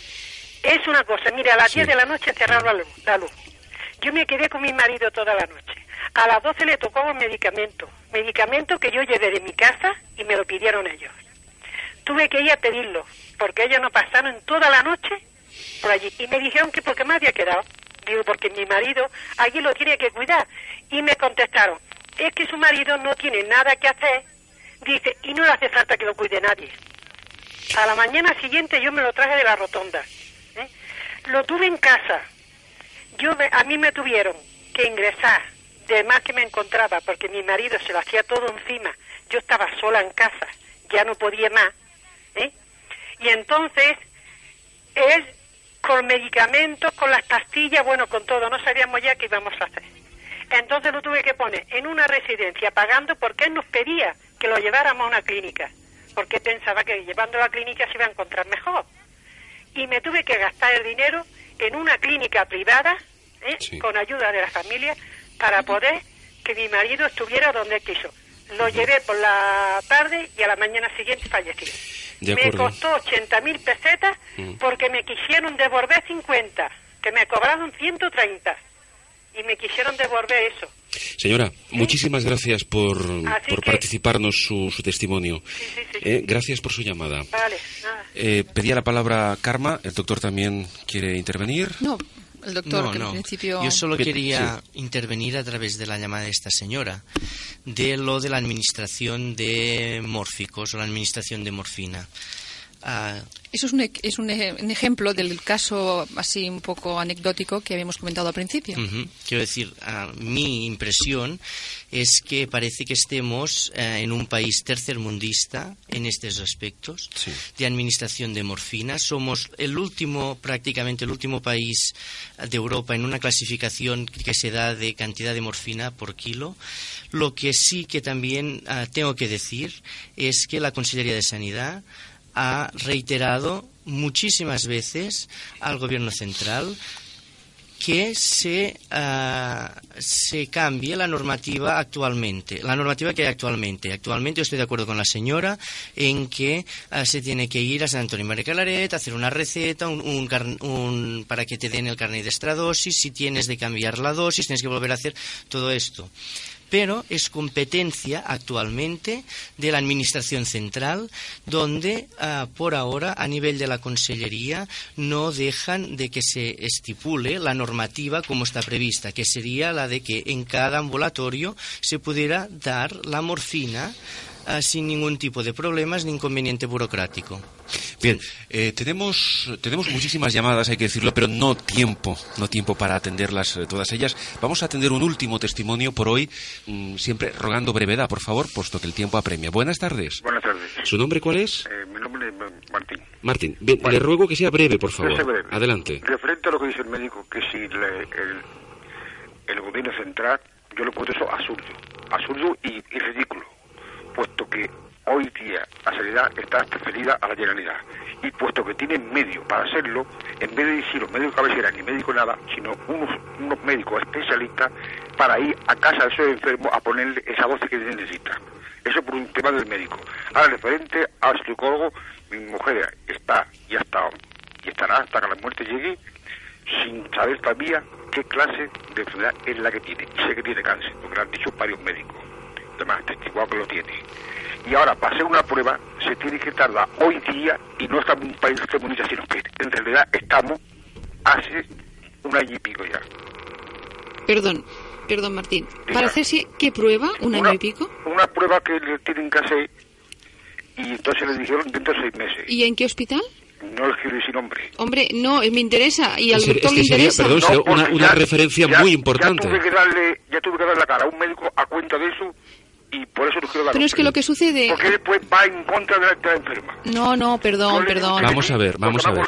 Es una cosa, mira, a las sí. diez de la noche cerraron la luz, la luz. Yo me quedé con mi marido toda la noche. A las doce le tocó un medicamento, medicamento que yo llevé de mi casa y me lo pidieron ellos. Tuve que ir a pedirlo, porque ellos no pasaron toda la noche por allí. Y me dijeron que porque me había quedado. Digo, porque mi marido allí lo tiene que cuidar. Y me contestaron, es que su marido no tiene nada que hacer, dice, y no le hace falta que lo cuide nadie. A la mañana siguiente yo me lo traje de la rotonda. ¿eh? Lo tuve en casa. Yo me, a mí me tuvieron que ingresar, de más que me encontraba, porque mi marido se lo hacía todo encima. Yo estaba sola en casa, ya no podía más. ¿eh? Y entonces, es con medicamentos, con las pastillas, bueno, con todo, no sabíamos ya qué íbamos a hacer. Entonces lo tuve que poner en una residencia, pagando, porque él nos pedía que lo lleváramos a una clínica, porque pensaba que llevándolo a la clínica se iba a encontrar mejor. Y me tuve que gastar el dinero en una clínica privada, ¿eh? sí. con ayuda de la familia, para poder que mi marido estuviera donde quiso. Lo llevé por la tarde y a la mañana siguiente falleció. Me costó ochenta mil pesetas mm. porque me quisieron devolver cincuenta, que me cobraron ciento treinta. Y me quisieron devolver eso. Señora, ¿sí? muchísimas gracias por, por que... participarnos su, su testimonio. Sí, sí, sí. Eh, gracias por su llamada. Vale, nada. Eh, pedía la palabra Karma. ¿El doctor también quiere intervenir? No, el doctor no, que no. en principio... Yo solo quería sí. intervenir a través de la llamada de esta señora, de lo de la administración de mórficos o la administración de morfina. Uh, Eso es, un, es un, un ejemplo del caso así un poco anecdótico que habíamos comentado al principio. Uh-huh. Quiero decir, uh, mi impresión es que parece que estemos uh, en un país tercermundista en estos aspectos sí. de administración de morfina. Somos el último, prácticamente el último país de Europa en una clasificación que se da de cantidad de morfina por kilo. Lo que sí que también uh, tengo que decir es que la Consellería de Sanidad ha reiterado muchísimas veces al Gobierno central que se, uh, se cambie la normativa actualmente, la normativa que hay actualmente. Actualmente yo estoy de acuerdo con la señora en que uh, se tiene que ir a San Antonio María Claret, hacer una receta un, un, un, para que te den el carnet de extradosis, si tienes de cambiar la dosis, tienes que volver a hacer todo esto. Pero es competencia actualmente de la Administración Central, donde uh, por ahora a nivel de la Consellería no dejan de que se estipule la normativa como está prevista, que sería la de que en cada ambulatorio se pudiera dar la morfina uh, sin ningún tipo de problemas ni inconveniente burocrático. Bien, eh, tenemos tenemos muchísimas llamadas, hay que decirlo, pero no tiempo, no tiempo para atenderlas eh, todas ellas. Vamos a atender un último testimonio por hoy, mmm, siempre rogando brevedad, por favor, puesto que el tiempo apremia. Buenas tardes. Buenas tardes. ¿Su nombre cuál es? Eh, mi nombre es Martín. Martín, bien, vale. Le ruego que sea breve, por favor. Breve. Adelante. Referente a lo que dice el médico, que si le, el, el gobierno central, yo lo encuentro eso absurdo, absurdo y, y ridículo, puesto que hoy día la sanidad está transferida a la Generalidad y puesto que tienen medios para hacerlo, en vez de decir los médicos cabecera ni médicos nada, sino unos, unos médicos especialistas para ir a casa de esos enfermos a ponerle esa dosis que necesitan. Eso por un tema del médico. Ahora, referente al psicólogo, mi mujer está y ha estado y estará hasta que la muerte llegue sin saber todavía qué clase de enfermedad es la que tiene. Y sé que tiene cáncer, porque lo han dicho varios médicos. Además, testiguado que lo tiene. Y ahora, para hacer una prueba, se tiene que tardar hoy día, y no estamos en un país comunista, sino que en realidad estamos hace un año y pico ya. Perdón, perdón Martín. Diga. ¿Para hacerse qué prueba? ¿Un una, año y pico? Una prueba que le tienen que hacer, y entonces le dijeron dentro de seis meses. ¿Y en qué hospital? No les quiero decir nombre. Hombre, no, me interesa, y al Es que doctor le sería, interesa. perdón, No, una, porque una ya- referencia ya- muy importante. Ya tuve que darle, ya tuve que darle la cara a un médico a cuenta de eso, y por eso no quiero ciudadano. Pero es que lo que sucede... Porque después va en contra de la, de la enferma. No, no, perdón, perdón. Vamos a ver, vamos a ver.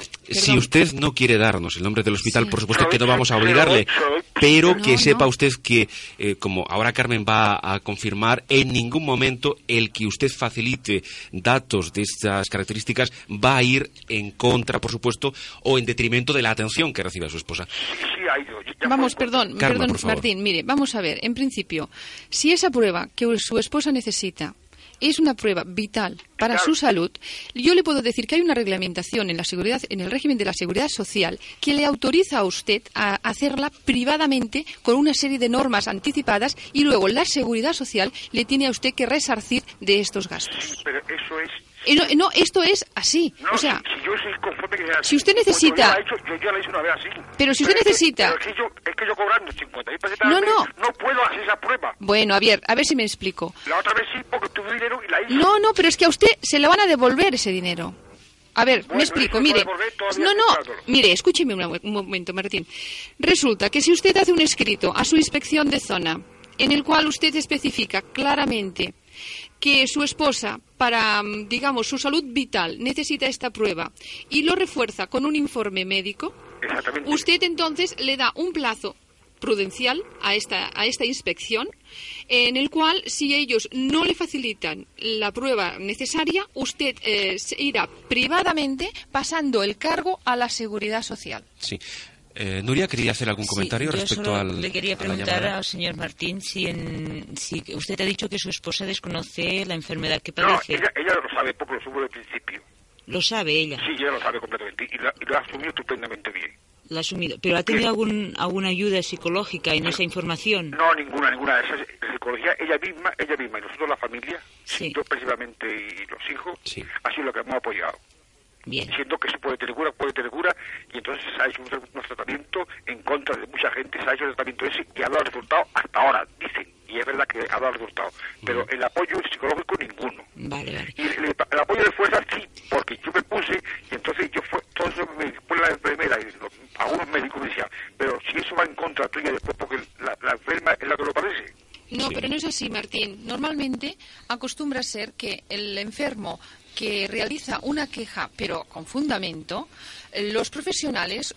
Si usted no quiere darnos el nombre del hospital, sí. por supuesto que no vamos a obligarle, pero no, que sepa no. usted que, eh, como ahora Carmen va a confirmar, en ningún momento el que usted facilite datos de estas características va a ir en contra, por supuesto, o en detrimento de la atención que recibe su esposa. Sí, sí, ha ido. Vamos, perdón, Carmen, perdón, Martín, mire, vamos a ver, en principio, si esa prueba que su esposa necesita es una prueba vital para vital. su salud, yo le puedo decir que hay una reglamentación en la seguridad, en el régimen de la seguridad social que le autoriza a usted a hacerla privadamente con una serie de normas anticipadas y luego la seguridad social le tiene a usted que resarcir de estos gastos. Sí, pero eso es... No, no, esto es así. No, o sea, si, si yo soy conforme que sea así, si usted necesita... Yo, hecho, yo ya la hice una vez así. Pero si usted pero necesita... Es que, es, que yo, es que yo cobrando cincuenta mil pesetas no, no. no puedo hacer esa prueba. Bueno, a ver, a ver si me explico. La otra vez sí, porque tuve dinero y la hice. No, no, pero es que a usted se le van a devolver ese dinero. A ver, bueno, me explico, mire. No, no, mire, escúcheme un, un momento, Martín. Resulta que si usted hace un escrito a su inspección de zona en el cual usted especifica claramente que su esposa, para, digamos, su salud vital, necesita esta prueba y lo refuerza con un informe médico, usted entonces le da un plazo prudencial a esta, a esta inspección, en el cual, si ellos no le facilitan la prueba necesaria, usted eh, irá privadamente pasando el cargo a la Seguridad Social. Sí. Eh, Nuria, ¿quería hacer algún comentario sí, respecto yo al le quería preguntar al señor Martín si, en, si usted ha dicho que su esposa desconoce la enfermedad que padece. No, ella, ella lo sabe, porque lo supo desde el principio. ¿Lo sabe ella? Sí, ella lo sabe completamente y la, y lo ha asumido estupendamente bien. La ha asumido. ¿Pero ha tenido algún, alguna ayuda psicológica en esa información? No, ninguna, ninguna. Esa es psicología, ella misma, ella misma y nosotros la familia, sí. yo principalmente y los hijos, sí. ha sido lo que hemos apoyado. Bien. Diciendo que se puede tener cura, puede tener cura, y entonces se ha hecho un, un tratamiento en contra de mucha gente, se ha hecho el tratamiento ese y ha dado resultado hasta ahora, dicen, y es verdad que ha dado resultado, pero mm. el apoyo psicológico ninguno. Vale, vale. Y el, el apoyo de fuerza sí, porque yo me puse, y entonces yo fue, todo eso me fue la enfermera, y los, algunos médicos me decían, pero si eso va en contra tuya después, porque la, la enferma es la que lo padece. No, sí. pero no es así, Martín. Normalmente acostumbra ser que el enfermo que realiza una queja, pero con fundamento, los profesionales,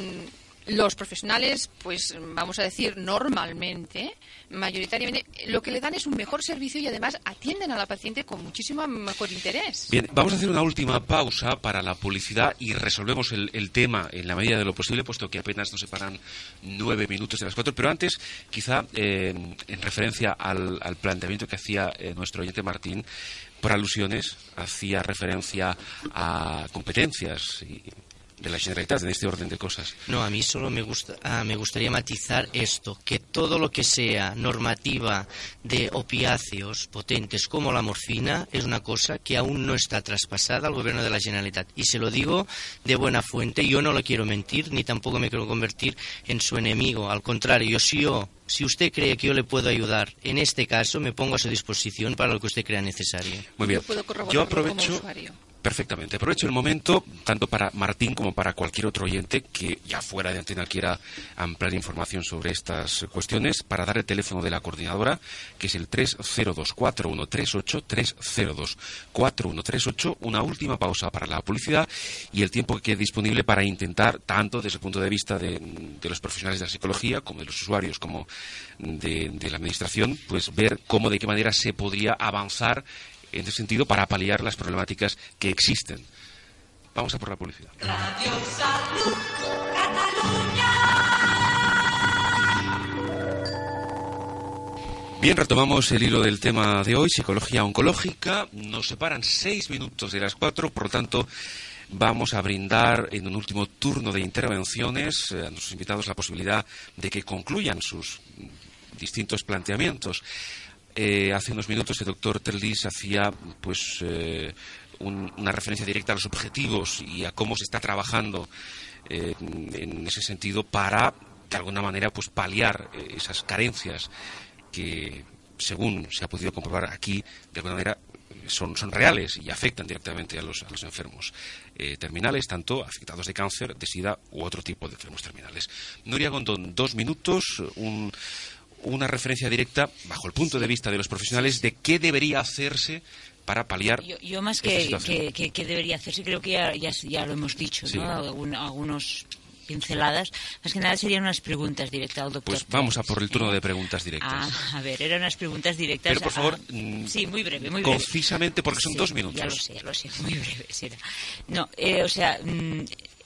los profesionales, pues vamos a decir normalmente, mayoritariamente, lo que le dan es un mejor servicio y además atienden a la paciente con muchísimo mejor interés. Bien, vamos a hacer una última pausa para la publicidad y resolvemos el, el tema en la medida de lo posible, puesto que apenas nos separan nueve minutos de las cuatro. Pero antes, quizá eh, en referencia al, al planteamiento que hacía eh, nuestro oyente Martín, por alusiones, hacía referencia a competencias y de la Generalitat en este orden de cosas. No, a mí solo me gusta, ah, me gustaría matizar esto, que todo lo que sea normativa de opiáceos potentes como la morfina es una cosa que aún no está traspasada al gobierno de la Generalitat. Y se lo digo de buena fuente, yo no le quiero mentir, ni tampoco me quiero convertir en su enemigo. Al contrario, yo si yo, si usted cree que yo le puedo ayudar, en este caso me pongo a su disposición para lo que usted crea necesario. Muy bien. Yo puedo corroborarlo Yo aprovecho... como usuario. Perfectamente. Aprovecho el momento, tanto para Martín como para cualquier otro oyente que ya fuera de antena quiera ampliar información sobre estas cuestiones, para dar el teléfono de la coordinadora, que es el tres cero dos, cuatro uno tres ocho, tres cero dos, cuatro uno tres ocho. Una última pausa para la publicidad y el tiempo que quede disponible para intentar, tanto desde el punto de vista de, de los profesionales de la psicología, como de los usuarios, como de, de la administración, pues ver cómo, de qué manera se podría avanzar en ese sentido para paliar las problemáticas que existen. Vamos a por la publicidad. Radio Salud Cataluña. Bien, retomamos el hilo del tema de hoy, psicología oncológica. Nos separan seis minutos de las cuatro, por lo tanto vamos a brindar en un último turno de intervenciones a nuestros invitados la posibilidad de que concluyan sus distintos planteamientos. Eh, hace unos minutos el doctor Terlis hacía pues eh, un, una referencia directa a los objetivos y a cómo se está trabajando eh, en ese sentido para, de alguna manera, pues paliar eh, esas carencias que, según se ha podido comprobar aquí, de alguna manera son, son reales y afectan directamente a los, a los enfermos eh, terminales, tanto afectados de cáncer, de sida u otro tipo de enfermos terminales. Nuria Gondón, dos minutos, un... una referencia directa, bajo el punto de vista de los profesionales, de qué debería hacerse para paliar. Yo, yo más que, que, que, que debería hacerse, creo que ya, ya, ya lo hemos dicho, sí. ¿no? Algun, algunos pinceladas. Más que nada serían unas preguntas directas al doctor. Pues vamos a por el turno de preguntas directas. Ah, a ver, eran unas preguntas directas. Pero por favor, a, sí, muy breve, muy breve. Concisamente, porque son sí, dos minutos. Ya lo sé, ya lo sé, muy breve será. No, eh, o sea, mmm,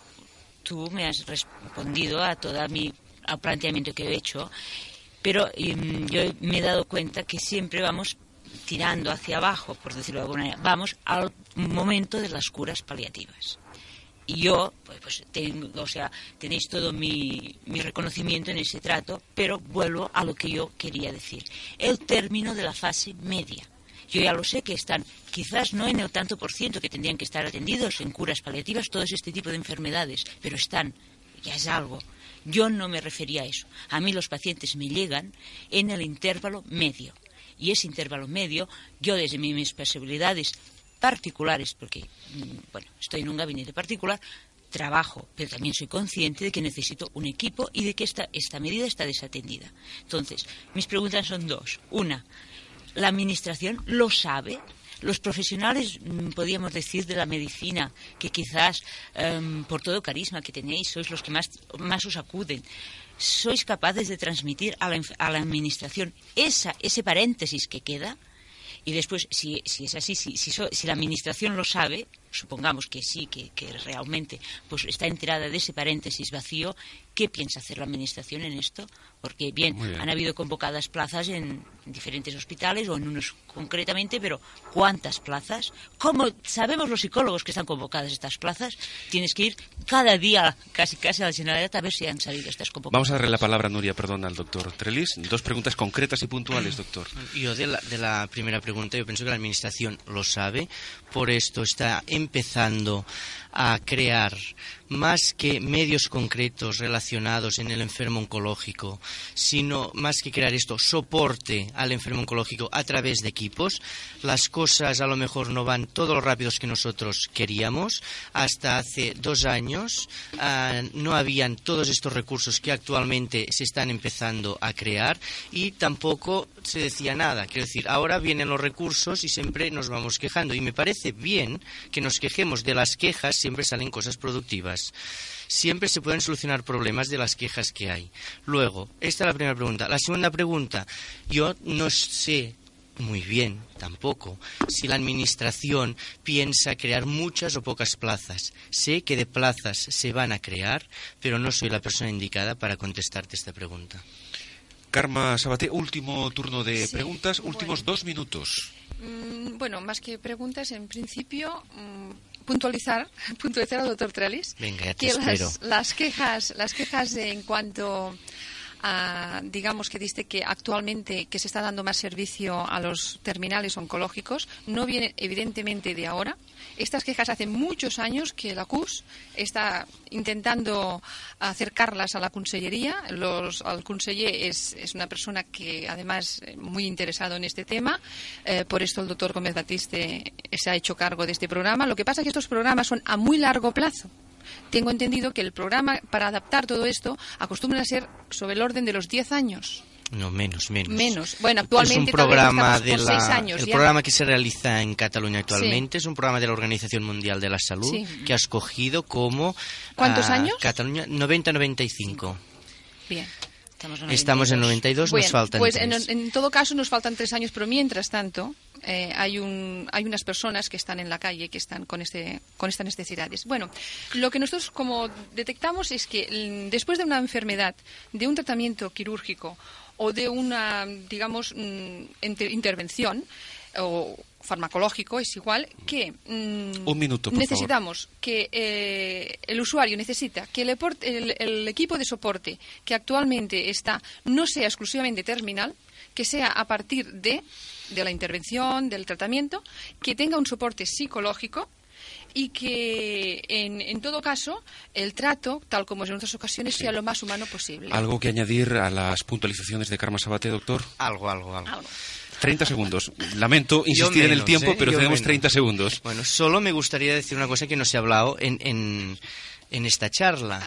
tú me has respondido a toda mi al planteamiento que he hecho, pero um, yo me he dado cuenta que siempre vamos tirando hacia abajo, por decirlo de alguna manera, vamos al momento de las curas paliativas. Y yo, pues, pues tengo, o sea, tenéis todo mi, mi reconocimiento en ese trato, pero vuelvo a lo que yo quería decir. El término de la fase media. Yo ya lo sé que están, quizás no en el tanto por ciento que tendrían que estar atendidos en curas paliativas, todo este tipo de enfermedades, pero están, ya es algo. Yo no me refería a eso. A mí los pacientes me llegan en el intervalo medio. Y ese intervalo medio, yo desde mis posibilidades particulares, porque bueno, estoy en un gabinete particular, trabajo, pero también soy consciente de que necesito un equipo y de que esta, esta medida está desatendida. Entonces, mis preguntas son dos. Una, ¿la administración lo sabe? Los profesionales, podríamos decir, de la medicina, que quizás um, por todo carisma que tenéis, sois los que más, más os acuden, ¿sois capaces de transmitir a la, a la administración esa, ese paréntesis que queda? Y después, si, si es así, si, si, so, si la administración lo sabe, supongamos que sí, que, que realmente pues está enterada de ese paréntesis vacío, ¿qué piensa hacer la administración en esto? Porque, bien, bien, han habido convocadas plazas en diferentes hospitales o en unos concretamente, pero ¿cuántas plazas? ¿Cómo sabemos los psicólogos que están convocadas estas plazas? Tienes que ir cada día, casi casi a la Generalitat, a ver si han salido estas convocadas. Vamos a darle la palabra, Nuria, perdón, al doctor Trelis. Dos preguntas concretas y puntuales, doctor. Yo de la, de la primera pregunta, yo pienso que la administración lo sabe, por esto está empezando a crear más que medios concretos relacionados en el enfermo oncológico, sino más que crear esto, soporte al enfermo oncológico a través de equipos. Las cosas a lo mejor no van todo lo rápidos que nosotros queríamos. Hasta hace dos años uh, no habían todos estos recursos que actualmente se están empezando a crear y tampoco se decía nada. Quiero decir, ahora vienen los recursos y siempre nos vamos quejando. Y me parece bien que nos quejemos. De las quejas siempre salen cosas productivas. Siempre se pueden solucionar problemas de las quejas que hay. Luego, esta es la primera pregunta. La segunda pregunta, yo no sé muy bien tampoco si la administración piensa crear muchas o pocas plazas. Sé que de plazas se van a crear, pero no soy la persona indicada para contestarte esta pregunta. Carme Sabater, último turno de sí, preguntas, últimos bueno. dos minutos. Mm, bueno, más que preguntas, en principio, mm, puntualizar, puntualizar al doctor Trelis Venga, ya te que espero. las, las quejas, las quejas en cuanto a, digamos que dice que actualmente que se está dando más servicio a los terminales oncológicos, no vienen evidentemente de ahora. Estas quejas hace muchos años que la C U S está intentando acercarlas a la consellería. Los, el conseller es, es una persona que además muy interesado en este tema. Eh, por esto el doctor Gómez Batiste se ha hecho cargo de este programa. Lo que pasa es que estos programas son a muy largo plazo. Tengo entendido que el programa para adaptar todo esto acostumbra a ser sobre el orden de los diez años. No, menos, menos. Menos. Bueno, actualmente es un programa de la, seis años, el ya. programa que se realiza en Cataluña actualmente sí. es un programa de la Organización Mundial de la Salud sí. que ha escogido como ¿cuántos uh, años? Cataluña noventa noventa y cinco. Bien. Estamos en, Estamos en noventa y dos, bueno, nos faltan pues tres. En, en todo caso nos faltan tres años, pero mientras tanto eh, hay un hay unas personas que están en la calle que están con este con estas necesidades. Bueno, lo que nosotros como detectamos es que después de una enfermedad, de un tratamiento quirúrgico o de una, digamos, inter intervención o farmacológico, es igual, que mmm, Un minuto, por necesitamos favor. que eh, el usuario necesita que el, el, el equipo de soporte que actualmente está no sea exclusivamente terminal, que sea a partir de, de la intervención, del tratamiento, que tenga un soporte psicológico y que, en, en todo caso, el trato, tal como es en otras ocasiones, sí. sea lo más humano posible. ¿Algo que añadir a las puntualizaciones de Carme Sabater, doctor? Algo, algo, algo. algo. treinta segundos. Lamento insistir menos, en el tiempo, ¿eh? pero Yo tenemos menos. treinta segundos. Bueno, solo me gustaría decir una cosa que no se ha hablado en, en, en esta charla.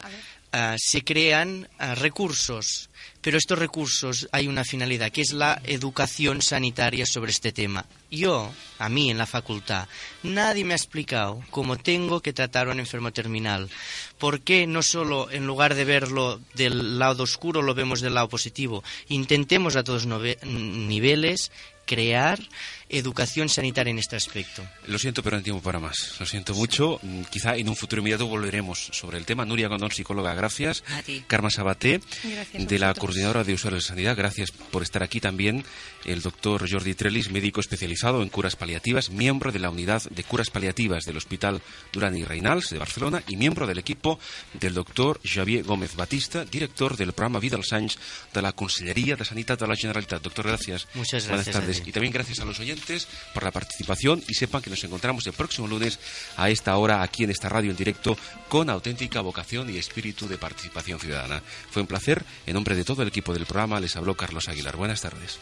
uh, se crean uh, recursos, pero estos recursos hay una finalidad, que es la educación sanitaria sobre este tema. Yo, a mí en la facultad, nadie me ha explicado cómo tengo que tratar a un enfermo terminal. ¿Por qué no solo en lugar de verlo del lado oscuro lo vemos del lado positivo? Intentemos a todos niveles crear educación sanitaria en este aspecto. Lo siento, pero no hay tiempo para más. Lo siento mucho. Quizá en un futuro inmediato volveremos sobre el tema. Nuria Gondón, psicóloga, gracias. A ti. Carme Sabaté, Gracias de la vosotros. Coordinadora de Usuarios de Sanidad, gracias por estar aquí también. El doctor Jordi Trellis, médico especializado en curas paliativas, miembro de la unidad de curas paliativas del Hospital Duran y Reynals de Barcelona y miembro del equipo del doctor Xavier Gómez Batista, director del programa Vida als Anys de la Conselleria de Sanitat de la Generalitat. Doctor, gracias. Muchas Buenas gracias. tardes. Y también gracias a los oyentes por la participación y sepan que nos encontramos el próximo lunes a esta hora aquí en esta radio en directo con auténtica vocación y espíritu de participación ciudadana. Fue un placer. En nombre de todo el equipo del programa les habló Carlos Aguilar. Buenas tardes.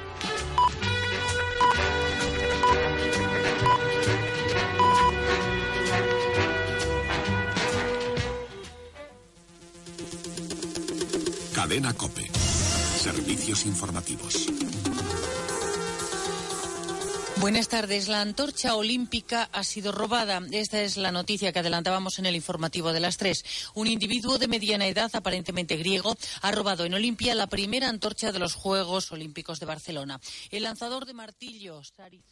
Cadena COPE. Servicios informativos. Buenas tardes. La antorcha olímpica ha sido robada. Esta es la noticia que adelantábamos en el informativo de las tres. Un individuo de mediana edad, aparentemente griego, ha robado en Olimpia la primera antorcha de los Juegos Olímpicos de Barcelona. El lanzador de martillos,